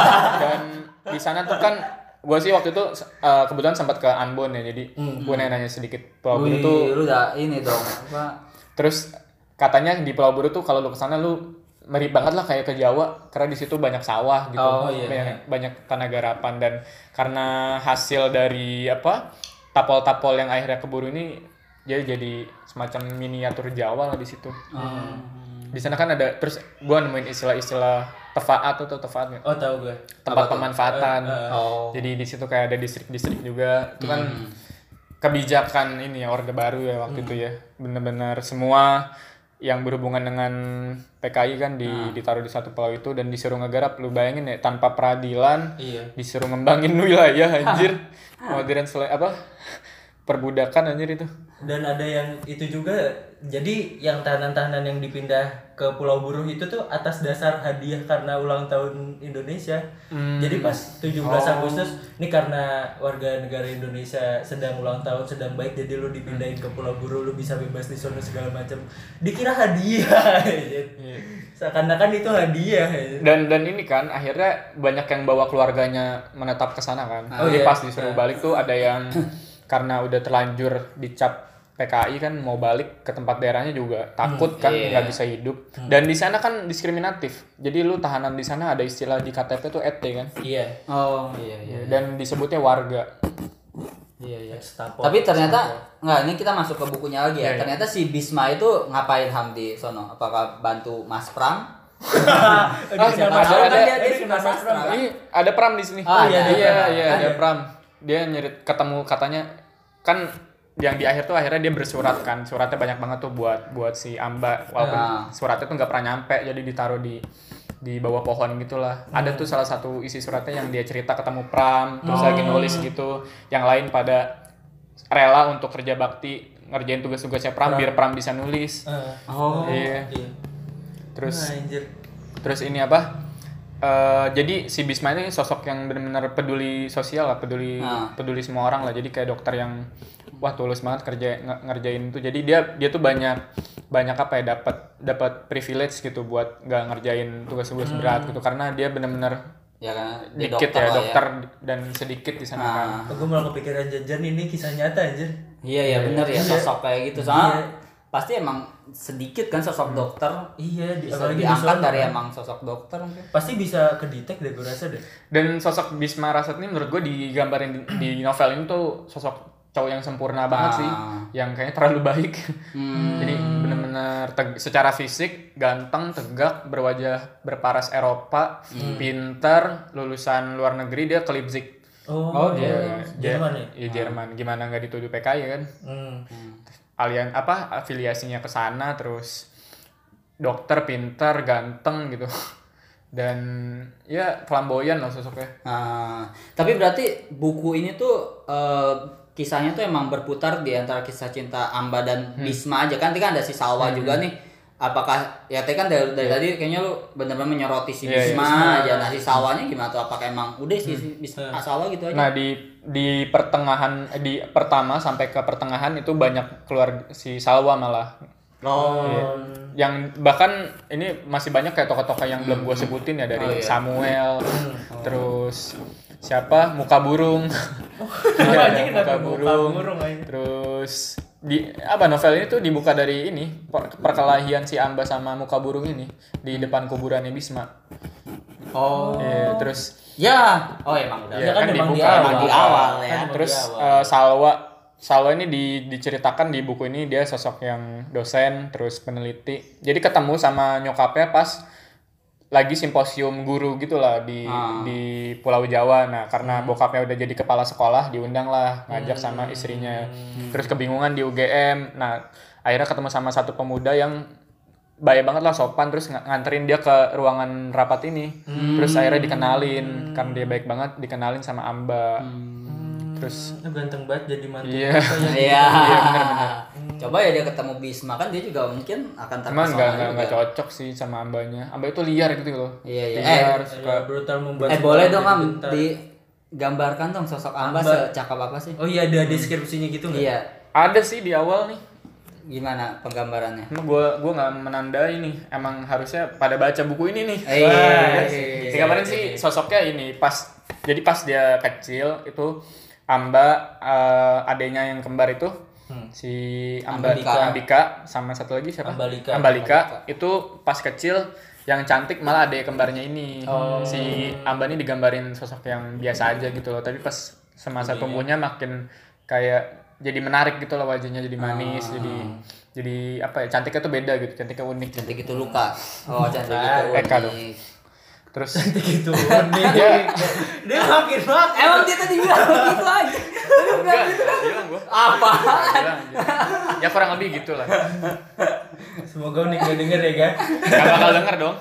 Speaker 4: Dan di sana tuh kan gue sih waktu itu uh, kebetulan sempat ke Ambon ya. Jadi hmm. gue nanya sedikit Pulau Buru tuh.
Speaker 3: Lu udah ini dong apa?
Speaker 4: Terus katanya di Pulau Buru tuh kalau lu kesana lu mirip banget lah kayak ke Jawa karena di situ banyak sawah gitu,
Speaker 2: oh, iya,
Speaker 4: banyak
Speaker 2: iya.
Speaker 4: banyak tanah garapan dan karena hasil dari apa tapol-tapol yang akhirnya keburu ini jadi jadi semacam miniatur Jawa lah di situ.
Speaker 2: Hmm.
Speaker 4: Di sana kan ada terus gua nemuin istilah-istilah tefaat atau tefaat nggak?
Speaker 2: Oh tahu gue.
Speaker 4: Tempat pemanfaatan.
Speaker 3: Uh, uh, oh.
Speaker 4: Jadi di situ kayak ada distrik-distrik juga. Itu kan hmm. kebijakan ini ya Orde Baru ya waktu hmm. itu ya. Benar-benar semua yang berhubungan dengan P K I kan di, nah. ditaruh di satu pulau itu dan disuruh ngegarap. Lu bayangin ya tanpa peradilan
Speaker 2: iya.
Speaker 4: disuruh ngembangin wilayah anjir. Modern sele apa perbudakan anjir itu.
Speaker 2: Dan ada yang itu juga jadi yang tahanan-tahanan yang dipindah ke Pulau Buru itu tuh atas dasar hadiah karena ulang tahun Indonesia. Hmm. Jadi pas tujuh belas oh. Agustus ini karena warga negara Indonesia sedang ulang tahun sedang baik jadi lu dipindahin ke Pulau Buru lu bisa bebas di sana segala macam. Dikira hadiah. Seakan-akan itu hadiah.
Speaker 4: Dan dan ini kan akhirnya banyak yang bawa keluarganya menetap ke sana kan.
Speaker 2: Oh,
Speaker 4: jadi
Speaker 2: iya.
Speaker 4: pas disuruh balik tuh ada yang karena udah terlanjur dicap P K I kan mau balik ke tempat daerahnya juga takut kan nggak yeah. bisa hidup hmm. dan di sana kan diskriminatif jadi lu tahanan di sana ada istilah di K T P tuh E T kan
Speaker 2: iya yeah.
Speaker 3: oh iya iya
Speaker 4: dan disebutnya warga
Speaker 3: iya iya tapi ternyata nggak ini kita masuk ke bukunya lagi ya yeah, ternyata yeah. si Bisma itu ngapain Ham di sono apakah bantu Mas Pram
Speaker 4: oh, siapa tahu kan dia dia suka sastra ini ada Pram di sini
Speaker 3: oh,
Speaker 4: iya
Speaker 3: iya
Speaker 4: iya iya ada Pram dia nyerit ketemu katanya kan yang di akhir tuh akhirnya dia bersurat kan suratnya banyak banget tuh buat buat si Amba walaupun nah. suratnya tuh nggak pernah nyampe jadi ditaruh di di bawah pohon gitulah. Ada tuh salah satu isi suratnya yang dia cerita ketemu Pram, terus lagi nulis gitu. Yang lain pada rela untuk kerja bakti ngerjain tugas-tugasnya Pram, biar Pram bisa nulis.
Speaker 2: Uh,
Speaker 3: Oh.
Speaker 4: Iya.
Speaker 2: iya.
Speaker 4: Terus
Speaker 2: Nah, anjir.
Speaker 4: terus ini apa? Uh, jadi si Bisma ini sosok yang benar-benar peduli sosial lah, peduli
Speaker 3: Nah.
Speaker 4: peduli semua orang lah. Jadi kayak dokter yang wah tulus banget kerja nge- ngerjain itu. Jadi dia dia tuh banyak banyak apa ya dapat dapat privilege gitu buat nggak ngerjain tugas-tugas
Speaker 2: Hmm.
Speaker 4: berat gitu karena dia benar-benar
Speaker 3: Ya kan, dia
Speaker 4: dikit
Speaker 3: dokter
Speaker 4: ya
Speaker 3: lah
Speaker 4: dokter dan sedikit di sana kan.
Speaker 3: Nah.
Speaker 2: Aku malah kepikiran jajan ini kisah nyata anjir.
Speaker 3: Iya ya bener ya
Speaker 2: Iya.
Speaker 3: sosok kayak gitu. Soalnya
Speaker 2: Iya.
Speaker 3: pasti emang sedikit kan sosok dokter.
Speaker 2: Iya, di,
Speaker 3: Bisa
Speaker 2: apalagi di
Speaker 3: diangkat
Speaker 2: sono,
Speaker 3: dari
Speaker 2: kan.
Speaker 3: emang sosok dokter mungkin.
Speaker 2: Pasti bisa kedetek deh gue rasa deh.
Speaker 4: Dan sosok Bisma Rasad ini menurut gue digambarin di, di novel ini tuh sosok cowok yang sempurna banget sih,
Speaker 3: Ah.
Speaker 4: yang kayaknya terlalu baik.
Speaker 3: Hmm.
Speaker 4: Jadi benar-benar teg- secara fisik ganteng, tegak, berwajah berparas Eropa,
Speaker 3: Hmm.
Speaker 4: pintar, lulusan luar negeri dia ke Leipzig.
Speaker 2: Oh,
Speaker 3: Oh,
Speaker 2: dia
Speaker 4: dia-
Speaker 2: Jerman ya?
Speaker 4: Iya Jerman. Gimana nggak dituduh P K I kan?
Speaker 2: Hmm.
Speaker 4: Alian apa afiliasinya ke sana, terus dokter, pintar, ganteng gitu. Dan ya flamboyan lah sosoknya.
Speaker 3: Nah, tapi berarti buku ini tuh eh, kisahnya tuh emang berputar di antara kisah cinta Amba dan
Speaker 4: Hmm.
Speaker 3: Bisma aja kan? Tadi kan ada si Salwa juga nih. Apakah ya tadi kan dari, dari tadi kayaknya lu benar-benar menyoroti si
Speaker 4: Iya, iya.
Speaker 3: Bisma
Speaker 2: Bisma.
Speaker 3: aja. Nah si Salwanya gimana tuh? Apakah emang udah sih si Bisma
Speaker 2: Hmm.
Speaker 3: Salwa gitu aja?
Speaker 4: Nah di di pertengahan eh, di pertama sampai ke pertengahan itu banyak keluar si Salwa malah.
Speaker 3: Oh.
Speaker 4: Iya. Yang bahkan ini masih banyak kayak tokoh-tokoh yang belum gue sebutin ya dari
Speaker 3: Oh, iya.
Speaker 4: Samuel, terus siapa Muka Burung, Iya,
Speaker 2: Anjing,
Speaker 4: Muka
Speaker 2: kenapa Muka
Speaker 4: Burung,
Speaker 2: Burung, anjing?
Speaker 4: terus di apa novel ini tuh dibuka dari ini per- perkelahian si Amba sama Muka Burung ini di depan kuburannya Bisma.
Speaker 3: Oh.
Speaker 4: Iya, terus
Speaker 3: Ya. Oh emang udah.
Speaker 4: Iya,
Speaker 2: Ya kan,
Speaker 4: kan
Speaker 2: emang di
Speaker 4: dibuka.
Speaker 2: awal.
Speaker 3: Emang di awal ya.
Speaker 2: Kan emang
Speaker 4: terus
Speaker 2: di awal.
Speaker 4: eh, Salwa Salwa ini di, diceritakan di buku ini dia sosok yang dosen terus peneliti. Jadi ketemu sama nyokapnya pas lagi simposium guru gitulah di
Speaker 3: Ah.
Speaker 4: di Pulau Jawa. Nah, karena bokapnya udah jadi kepala sekolah, diundang lah ngajak sama istrinya. Terus kebingungan di U G M. Nah, akhirnya ketemu sama satu pemuda yang baik banget lah, sopan, terus ng- nganterin dia ke ruangan rapat ini. Terus akhirnya dikenalin karena dia baik banget, dikenalin sama Amba. Terus
Speaker 2: Lu ganteng banget jadi mantu.
Speaker 4: Iya.
Speaker 2: apa ya?
Speaker 3: Iya.
Speaker 4: Iya, bener-bener.
Speaker 3: Coba ya dia ketemu Bisma kan dia juga mungkin akan
Speaker 4: Cuman
Speaker 3: terpesona
Speaker 4: nggak nggak
Speaker 3: juga.
Speaker 4: nggak cocok sih sama Ambanya. Amba itu liar gitu loh.
Speaker 3: Iya, iya.
Speaker 4: Liar,
Speaker 3: Eh,
Speaker 4: suka.
Speaker 2: Ya, brutal membuat
Speaker 3: Eh
Speaker 2: semua
Speaker 3: boleh
Speaker 2: orang
Speaker 3: dong
Speaker 2: jadi
Speaker 3: Am
Speaker 2: gentar.
Speaker 3: digambarkan dong sosok Amba,
Speaker 2: Amba.
Speaker 3: secakap apa sih?
Speaker 2: Oh iya, ada deskripsinya gitu nggak?
Speaker 3: Iya.
Speaker 4: Ada sih di awal nih.
Speaker 3: Gimana penggambarannya?
Speaker 4: Cuma gua gua nggak menandai nih. Emang harusnya pada baca buku ini nih.
Speaker 3: Eh, iya,
Speaker 4: Wah,
Speaker 3: iya,
Speaker 4: kan?
Speaker 3: iya,
Speaker 4: Digambarin
Speaker 2: iya,
Speaker 4: sih
Speaker 2: iya.
Speaker 4: sosoknya ini pas. Jadi pas dia kecil itu Amba eh, adenya yang kembar itu
Speaker 2: Hmm.
Speaker 4: si Amba
Speaker 3: Ambika.
Speaker 4: Ambika sama satu lagi siapa?
Speaker 2: Ambalika.
Speaker 4: Ambalika itu pas kecil yang cantik malah adek kembarnya ini.
Speaker 2: Oh.
Speaker 4: Si Amba ini digambarin sosok yang biasa aja gitu loh, tapi pas semasa tumbuhnya makin kayak jadi menarik gitu loh, wajahnya jadi manis,
Speaker 3: Ah.
Speaker 4: jadi jadi apa ya, cantiknya tuh beda gitu, cantiknya unik.
Speaker 3: Cantik itu luka. Oh, cantik
Speaker 2: Ah,
Speaker 3: itu
Speaker 4: Eka dong.
Speaker 3: unik.
Speaker 4: Terus
Speaker 2: gitu nih. Dia makin makin.
Speaker 3: Emang dia tadi bilang begitu aja.
Speaker 4: enggak, enggak bilang gua.
Speaker 3: Apa?
Speaker 4: Bilang aja. Ya kurang lebih gitu lah.
Speaker 2: Semoga unik gak denger ya, Ga.
Speaker 4: Gak bakal denger dong.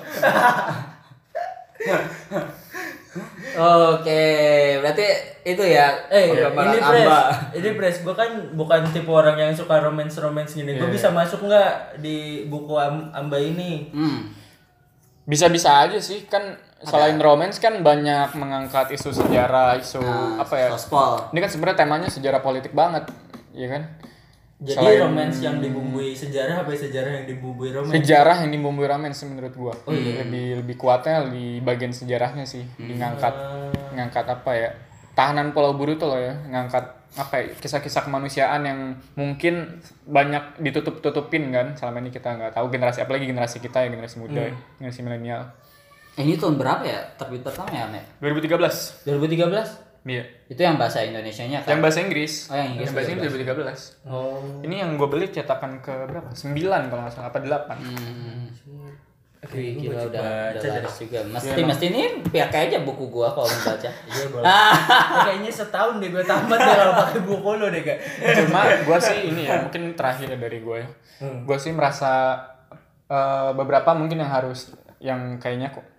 Speaker 3: Oke, berarti itu ya
Speaker 2: Eh,
Speaker 3: penggambaran
Speaker 2: ini
Speaker 3: Amba.
Speaker 2: Pres, ini Pres, gue kan bukan tipe orang yang suka romance-romance gini. Gue
Speaker 4: Iya.
Speaker 2: bisa masuk nggak di buku Am- Amba ini?
Speaker 3: Hmm.
Speaker 4: Bisa-bisa aja sih kan, selain romance kan banyak mengangkat isu sejarah, isu
Speaker 3: Nah,
Speaker 4: apa ya?
Speaker 3: sospol.
Speaker 4: Ini kan sebenarnya temanya sejarah politik banget, ya kan?
Speaker 2: Jadi
Speaker 4: Selain-
Speaker 2: romance yang dibumbui sejarah apa sejarah yang dibumbui romance?
Speaker 4: Sejarah yang dibumbui romance menurut gua.
Speaker 2: Oh, iya.
Speaker 4: Lebih lebih kuatnya di bagian sejarahnya sih, di ngangkat
Speaker 2: Ah.
Speaker 4: ngangkat apa ya? Tahanan Pulau Buru tuh loh ya, ngangkat apa ya, kisah-kisah kemanusiaan yang mungkin banyak ditutup-tutupin kan. Selama ini kita nggak tahu, generasi apalagi generasi kita ya, generasi muda, ya, generasi milenial.
Speaker 3: Ini tahun berapa ya? Terbit pertama ya, Mek?
Speaker 4: dua ribu tiga belas.
Speaker 3: dua ribu tiga belas?
Speaker 4: Iya.
Speaker 3: Itu yang bahasa Indonesianya kan?
Speaker 4: Yang bahasa Inggris.
Speaker 3: Oh, yang Inggris
Speaker 4: bahasa Inggris dua ribu tiga belas.
Speaker 2: Oh.
Speaker 4: Ini yang gue beli cetakan ke berapa? sembilan kalau nggak salah, apa delapan.
Speaker 3: Hmm.
Speaker 2: Oke,
Speaker 3: Wih,
Speaker 2: gua
Speaker 3: gila
Speaker 2: coba
Speaker 3: udah, udah
Speaker 2: baca deh.
Speaker 3: laris juga. Mesti
Speaker 4: Iya, emang.
Speaker 3: mesti ini pihak aja buku gua kalau mau baca.
Speaker 2: Iya, boleh. Ya, kayaknya setahun deh gue tamat deh kalau pakai buku lo deh, Kak.
Speaker 4: Cuma gue sih ini ya, mungkin terakhir ya dari gue ya.
Speaker 2: Hmm.
Speaker 4: Gue sih merasa eh, beberapa mungkin yang harus, yang kayaknya kok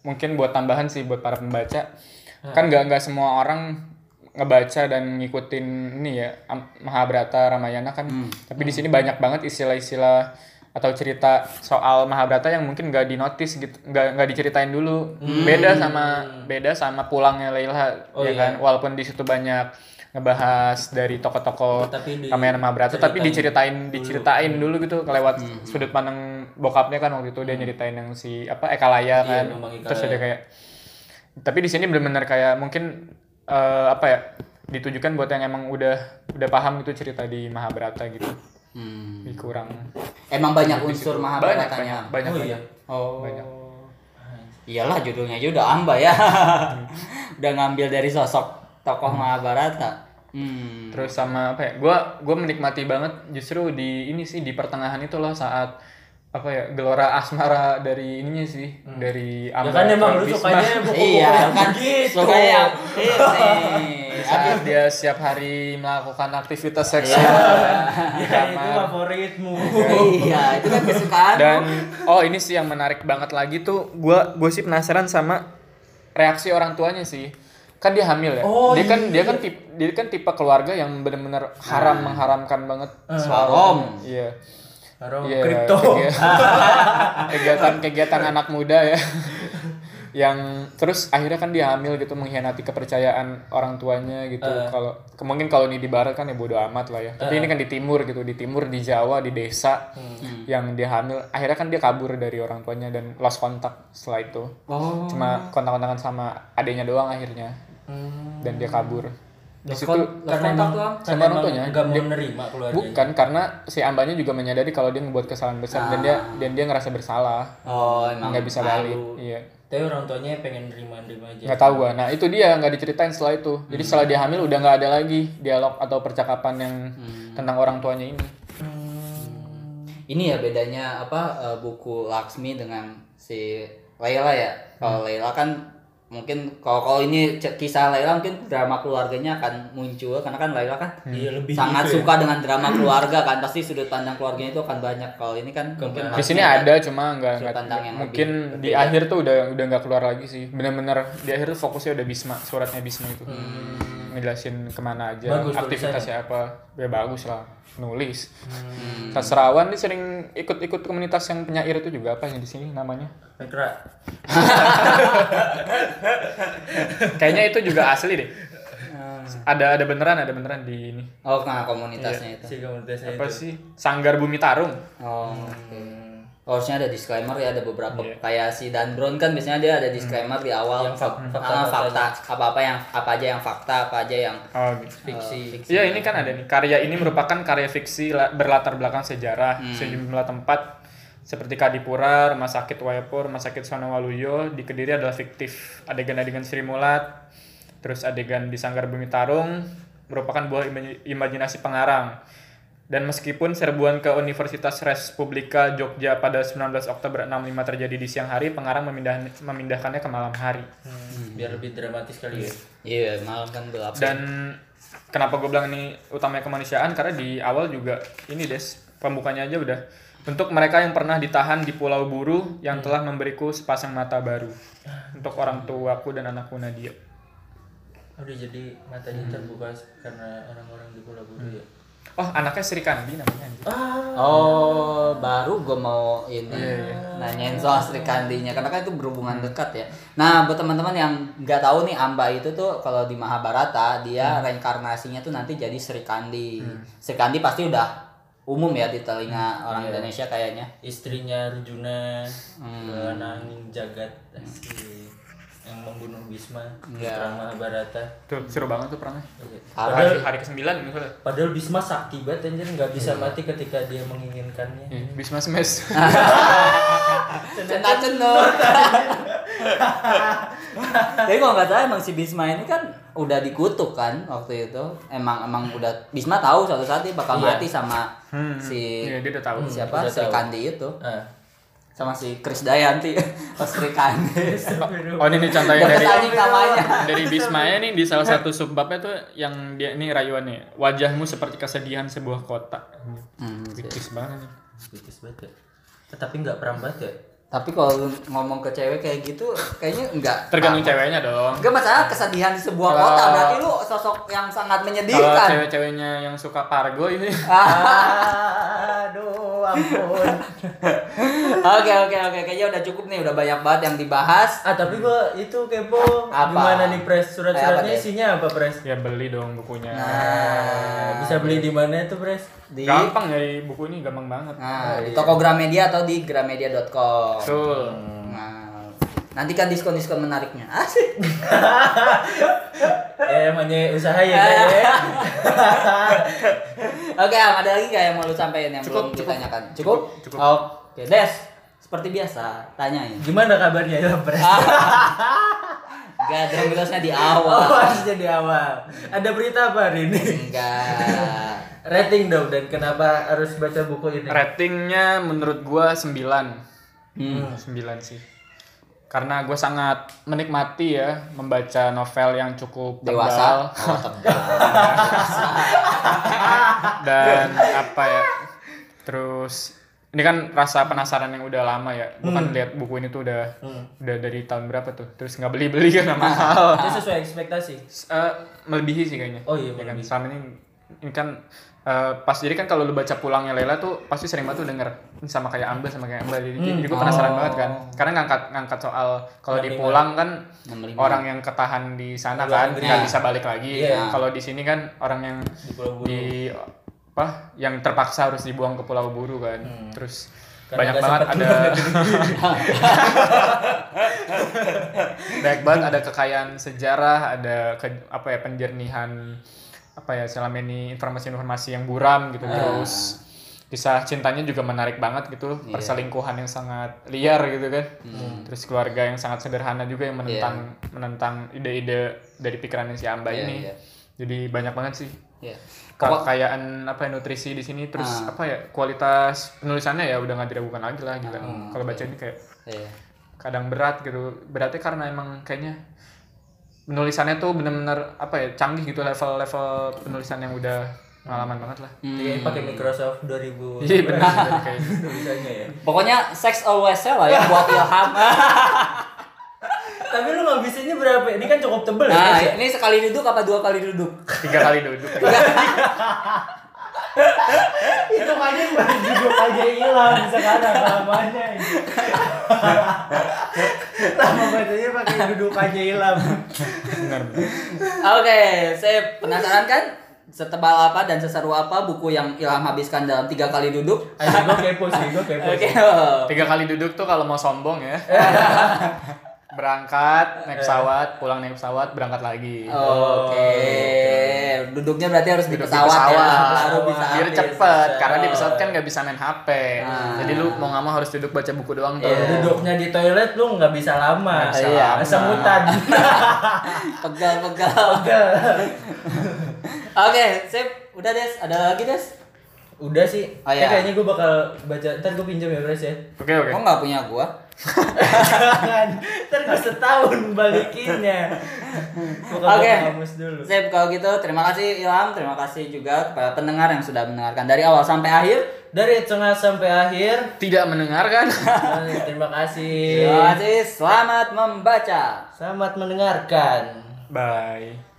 Speaker 4: mungkin buat tambahan sih buat para pembaca, kan nggak nggak semua orang ngebaca dan ngikutin ini ya Mahabharata Ramayana kan, hmm. tapi di sini banyak banget istilah-istilah atau cerita soal Mahabharata yang mungkin nggak dinotis gitu, nggak nggak diceritain dulu. Hmm. Beda sama beda sama pulangnya Laila oh, ya iya. kan, walaupun di situ banyak ngebahas dari tokoh-tokoh Ramayana Mahabharata, tapi diceritain diceritain dulu, dulu gitu lewat hmm. sudut pandang bokapnya kan waktu itu dia nyeritain yang si apa Ekalaya kan, iya, terus ada kayak, tapi di sini benar-benar kayak mungkin uh, apa ya ditujukan buat yang emang udah udah paham gitu cerita di Mahabharata gitu. Hmm. Kurang.
Speaker 3: Emang banyak unsur Mahabharatanya.
Speaker 4: Banyak, banyak,
Speaker 3: oh,
Speaker 4: banyak.
Speaker 3: Iya. Oh.
Speaker 4: Banyak.
Speaker 3: Iyalah judulnya aja udah Amba ya. Udah ngambil dari sosok tokoh hmm. Mahabharata. Hmm.
Speaker 4: Terus sama apa ya? Gua gua menikmati banget justru di ini sih di pertengahan itu loh saat apa ya gelora asmara dari ininya sih hmm. dari Amba.
Speaker 2: Ya kan emang lu sukanya buku-buku
Speaker 3: iya, kan
Speaker 2: gitu.
Speaker 3: Sukanya ini.
Speaker 4: Saat dia setiap hari melakukan aktivitas seksual
Speaker 2: di kamar. Ya, itu favoritmu.
Speaker 3: Iya, itu kan kesukaan.
Speaker 4: Dan oh ini sih yang menarik banget lagi tuh, gua gua sih penasaran sama reaksi orang tuanya sih. Kan dia hamil ya. Oh, dia kan iya. dia kan tipe, dia kan tipe keluarga yang benar-benar haram nah. mengharamkan banget
Speaker 3: uh, haram.
Speaker 4: Iya.
Speaker 2: Haram
Speaker 4: yeah,
Speaker 2: kripto.
Speaker 4: Kegiatan-kegiatan anak muda ya. Yang terus akhirnya kan dia hamil gitu, mengkhianati kepercayaan orang tuanya gitu. Kalau uh. mungkin kalau ini di barat kan ya bodo amat lah ya. Tapi uh. ini kan di timur gitu, di timur di Jawa di desa hmm. yang dia hamil. Akhirnya kan dia kabur dari orang tuanya dan lost kontak setelah itu. Oh. Cuma kontak-kontakan sama adiknya doang akhirnya. Hmm. Dan dia kabur. Di situ
Speaker 2: karena emang
Speaker 4: sama orang tuanya
Speaker 2: enggak mau menerima keluarganya.
Speaker 4: Bukan, karena si Ambanya juga menyadari kalau dia membuat kesalahan besar ah. dan dia dan dia ngerasa bersalah.
Speaker 3: Oh, emang
Speaker 4: nggak bisa balik. Iya.
Speaker 2: Tapi orang tuanya pengen nerima-nerima aja.
Speaker 4: Nggak tahu gua. Nah, itu dia nggak diceritain setelah itu. Jadi hmm. setelah dia hamil udah nggak ada lagi dialog atau percakapan yang hmm. tentang orang tuanya ini.
Speaker 3: Hmm. Ini ya bedanya apa uh, buku Laksmi dengan si Laila ya. Kalau hmm. Laila kan mungkin kalau kalau ini kisah Laila mungkin drama keluarganya akan muncul karena kan Laila kan hmm. lebih sangat gitu suka ya dengan drama keluarga kan, pasti sudut pandang keluarganya itu akan banyak. Kalau ini kan
Speaker 4: di sini ada cuma nggak mungkin lebih, di lebih akhir tuh udah udah nggak keluar lagi sih, benar-benar di akhir tuh fokusnya udah Bisma, suratnya Bisma itu hmm. ngejelasin kemana aja bagus, aktivitasnya apa ya, bagus lah nulis. Hmm. Sastrawan nih sering ikut-ikut komunitas yang penyair itu juga, apa yang di sini namanya?
Speaker 2: Mekra.
Speaker 4: Kayaknya itu juga asli deh. Hmm. Ada ada beneran, ada beneran di ini.
Speaker 3: Oh, nah komunitasnya iya. itu.
Speaker 2: Si komunitasnya
Speaker 4: apa
Speaker 2: itu.
Speaker 4: sih? Sanggar Bumi Tarung.
Speaker 3: Oh, oke. Okay. Oh, harusnya ada disclaimer ya, ada beberapa yeah. kayak si Dan Brown kan biasanya dia ada disclaimer hmm. di awal yang fak- fakta, ah, fakta apa-apa yang apa aja yang fakta, apa aja yang
Speaker 4: oh, gitu.
Speaker 3: fiksi. Uh,
Speaker 4: iya, ini kan ada nih. Karya ini merupakan karya fiksi berlatar belakang sejarah, hmm. sejumlah tempat seperti Kadipura, Rumah Sakit Wayapur, Rumah Sakit Sonowaluyo di Kediri adalah fiktif. Adegan-adegan Sri Mulat, terus adegan di Sanggar Bumi Tarung merupakan buah imajinasi pengarang. Dan meskipun serbuan ke Universitas Respublika Jogja pada sembilan belas Oktober enam puluh lima terjadi di siang hari, pengarang memindah, memindahkannya ke malam hari.
Speaker 2: Hmm, biar lebih dramatis kali ya.
Speaker 3: Iya, malam kan gelap.
Speaker 4: Dan kenapa gue bilang ini utamanya kemanusiaan, karena di awal juga ini Des, pembukanya aja udah. Untuk mereka yang pernah ditahan di Pulau Buru yang hmm. telah memberiku sepasang mata baru. Untuk orang tuaku dan anakku Nadia.
Speaker 2: Udah jadi matanya hmm. terbuka karena orang-orang di Pulau Buru hmm. ya.
Speaker 4: Oh, anaknya Sri Kandi namanya.
Speaker 3: Ah. Oh, baru gue mau ini yeah, yeah. nanyain soal Sri Kandinya karena kan itu berhubungan hmm. dekat ya. Nah, buat teman-teman yang nggak tahu nih, Amba itu tuh kalau di Mahabharata dia hmm. reinkarnasinya tuh nanti jadi Sri Kandi. Hmm. Sri Kandi pasti udah umum ya di telinga hmm. orang yeah. Indonesia kayaknya.
Speaker 2: Istrinya Arjuna, hmm. Nanging Jagat asli. Yang membunuh Bisma di
Speaker 3: ya.
Speaker 2: perang Mahabharata.
Speaker 4: Tuh seru banget tuh perangnya.
Speaker 2: Padahal
Speaker 4: hari kesembilan misalnya.
Speaker 2: Padahal Bisma sakti banget anjir, enggak bisa mati ketika dia menginginkannya.
Speaker 4: Hmm. Bisma smash.
Speaker 3: Cenat-cenut. Tapi kalau nggak salah emang si Bisma ini kan udah dikutuk kan waktu itu. Emang emang udah Bisma tahu suatu saat dia bakal iya. mati sama hmm. si
Speaker 4: iya, dia udah tahu.
Speaker 3: Siapa?
Speaker 2: Udah
Speaker 3: Sri
Speaker 2: tahu.
Speaker 3: Kandi itu.
Speaker 2: Uh.
Speaker 3: Sama si Chris Dayanti pas Sri Kandi.
Speaker 4: Oh ini nih contohnya dari
Speaker 3: namanya.
Speaker 4: dari Bismaya nih di salah satu subbabnya tuh yang dia ini rayuannya, wajahmu seperti kesedihan sebuah kota. Hmm, Kritis banget nih.
Speaker 2: Kritis banget ya. Tapi nggak perang banget ya.
Speaker 3: Tapi kalau lu ngomong ke cewek kayak gitu, kayaknya enggak.
Speaker 4: Tergantung ceweknya dong.
Speaker 3: Enggak masalah kesedihan di sebuah
Speaker 4: Kalau-
Speaker 3: kota, berarti lu sosok yang sangat
Speaker 4: Kalau
Speaker 3: menyedihkan.
Speaker 4: cewek-ceweknya yang suka pargo ini
Speaker 2: Aduh, ampun.
Speaker 3: Oke oke oke, kayaknya udah cukup nih, udah banyak banget yang dibahas.
Speaker 2: Ah, tapi gua itu kepo.
Speaker 3: Apa?
Speaker 2: Gimana nih Pres? Surat-suratnya
Speaker 3: Eh, apa, Des?
Speaker 2: isinya apa, Pres?
Speaker 4: ya beli dong bukunya.
Speaker 2: Nah, bisa beli di mana itu, Pres?
Speaker 3: Di
Speaker 4: Gampang nyari buku ini, gampang banget.
Speaker 3: Nah,
Speaker 2: Oh,
Speaker 3: di
Speaker 2: iya.
Speaker 3: toko Gramedia atau di gramedia dot com.
Speaker 4: Betul.
Speaker 3: Nah, nantikan diskon-diskon menariknya. Asik.
Speaker 2: Ya emangnya usaha ya, Kak, ya.
Speaker 3: Oke, Am, ada lagi nggak yang mau lu sampaikan yang
Speaker 4: Cukup,
Speaker 3: belum
Speaker 4: cukup.
Speaker 3: ditanyakan? Cukup?
Speaker 4: Cukup.
Speaker 3: Oke, Des. Seperti biasa, tanyain.
Speaker 2: Gimana kabarnya ya, Pres?
Speaker 3: Enggak, dong terusnya di
Speaker 2: Oh,
Speaker 3: awal.
Speaker 2: harusnya di awal. Ada berita apa hari ini?
Speaker 3: Enggak.
Speaker 2: Rating dong, dan kenapa harus baca buku ini?
Speaker 4: Ratingnya menurut gua sembilan.
Speaker 3: Hmm.
Speaker 4: sembilan sih. Karena gue sangat menikmati ya membaca novel yang cukup tebal
Speaker 3: Dewasa. Oh, tebal.
Speaker 4: dan apa ya. Terus ini kan rasa penasaran yang udah lama ya. Bukan lihat buku ini tuh udah
Speaker 2: Hmm.
Speaker 4: udah dari tahun berapa tuh. Terus nggak beli-beli kan mahal.
Speaker 2: Itu sesuai ekspektasi.
Speaker 4: Eh, melebihi sih kayaknya.
Speaker 2: Oh iya,
Speaker 4: Ya kan
Speaker 2: melebihi.
Speaker 4: selama ini ini kan eh, pas jadi kan kalau lu baca pulangnya Lela tuh pasti sering banget tuh denger ini sama kayak Amba sama kayak Amba jadi,
Speaker 2: Hmm.
Speaker 4: jadi gue penasaran
Speaker 3: Oh.
Speaker 4: banget kan karena ngangkat ngangkat soal kalau di
Speaker 2: enam puluh lima.
Speaker 4: pulang kan
Speaker 3: enam puluh lima.
Speaker 4: orang yang ketahan di sana
Speaker 2: Luar
Speaker 4: kan
Speaker 2: negeri.
Speaker 4: nggak bisa balik lagi.
Speaker 2: Iya.
Speaker 4: Kalau di sini kan orang yang
Speaker 2: Di Pulau Buru.
Speaker 4: di apa yang terpaksa harus dibuang ke Pulau Buru kan.
Speaker 2: Hmm.
Speaker 4: Terus
Speaker 2: Karena
Speaker 4: banyak
Speaker 2: nggak
Speaker 4: banget
Speaker 2: sempet
Speaker 4: ada
Speaker 2: keluar
Speaker 4: banyak banget ada kekayaan sejarah, ada ke, apa ya penjernihan apa ya selama ini informasi-informasi yang buram gitu.
Speaker 3: Ah.
Speaker 4: Terus kisah cintanya juga menarik banget gitu,
Speaker 3: Iya.
Speaker 4: perselingkuhan yang sangat liar gitu kan.
Speaker 3: Hmm.
Speaker 4: Terus keluarga yang sangat sederhana juga yang menentang menentang ide-ide dari pikirannya si Amba
Speaker 3: Iya,
Speaker 4: ini.
Speaker 3: iya.
Speaker 4: Jadi banyak banget sih.
Speaker 3: Iya. Pokok-
Speaker 4: Kekayaan apa ya, nutrisi di sini terus
Speaker 3: Ah.
Speaker 4: apa ya kualitas penulisannya ya udah nggak diragukan lagi lah gila.
Speaker 3: Hmm,
Speaker 4: Kalau
Speaker 3: oke.
Speaker 4: baca ini kayak
Speaker 3: Iya.
Speaker 4: kadang berat gitu. Beratnya karena emang kayaknya penulisannya tuh bener-bener apa ya canggih gitu level-level penulisan yang udah pengalaman banget lah.
Speaker 2: Dia pakai Microsoft dua ribu.
Speaker 4: Iya benar kayak
Speaker 2: Tulisannya ya.
Speaker 3: Pokoknya sex always sell lah ya buat Ilham.
Speaker 2: Tapi lu ngabisinnya berapa? Ini kan cukup tebel ya,
Speaker 3: Nah,
Speaker 2: Pres, ya?
Speaker 3: ini sekali duduk apa dua kali duduk?
Speaker 4: tiga kali duduk.
Speaker 2: Itu makanya baru duduk aja hilang sekarang lamanya ini. Lama bacanya pakai duduk aja hilang.
Speaker 4: Benar.
Speaker 3: Oke, saya penasaran kan setebal apa dan seseru apa buku yang Ilham habiskan dalam tiga kali duduk?
Speaker 2: Ayo gue kepo sih, gue kepo
Speaker 3: Oke.
Speaker 2: sih.
Speaker 4: Tiga kali duduk tuh kalau mau sombong ya. Berangkat naik pesawat, pulang naik pesawat, berangkat lagi.
Speaker 3: Oke. Duduknya berarti harus di
Speaker 4: Duduk di
Speaker 3: pesawat, ya.
Speaker 4: pesawat.
Speaker 3: Baru bisa
Speaker 4: Biar
Speaker 3: habis.
Speaker 4: cepet, karena di pesawat kan nggak bisa main H P.
Speaker 3: Ah.
Speaker 4: Jadi lu mau nggak mau harus duduk baca buku doang tuh.
Speaker 2: Iya, duduknya di toilet lu nggak bisa lama.
Speaker 4: Nggak bisa
Speaker 3: Iya.
Speaker 4: lama.
Speaker 2: Semutan.
Speaker 3: Pegal-pegal.
Speaker 2: Pegel.
Speaker 3: Oke, sip. Udah, Des. Ada lagi, Des?
Speaker 2: Udah sih.
Speaker 3: Oh,
Speaker 2: Eh,
Speaker 3: iya.
Speaker 2: kayaknya gue bakal baca. Ntar gue pinjam ya, Pres ya.
Speaker 4: Oke oke.
Speaker 3: Kok nggak punya gua?
Speaker 2: Jangan. Ntar gue setahun balikinnya. Gue
Speaker 3: Oke.
Speaker 2: kamus dulu.
Speaker 3: Sip, kalau gitu terima kasih Ilham, terima kasih juga kepada pendengar yang sudah mendengarkan dari awal sampai akhir.
Speaker 2: Dari tengah sampai akhir.
Speaker 4: Tidak mendengarkan.
Speaker 2: Nah, terima kasih.
Speaker 3: Terima kasih, selamat membaca.
Speaker 2: Selamat mendengarkan.
Speaker 4: Bye.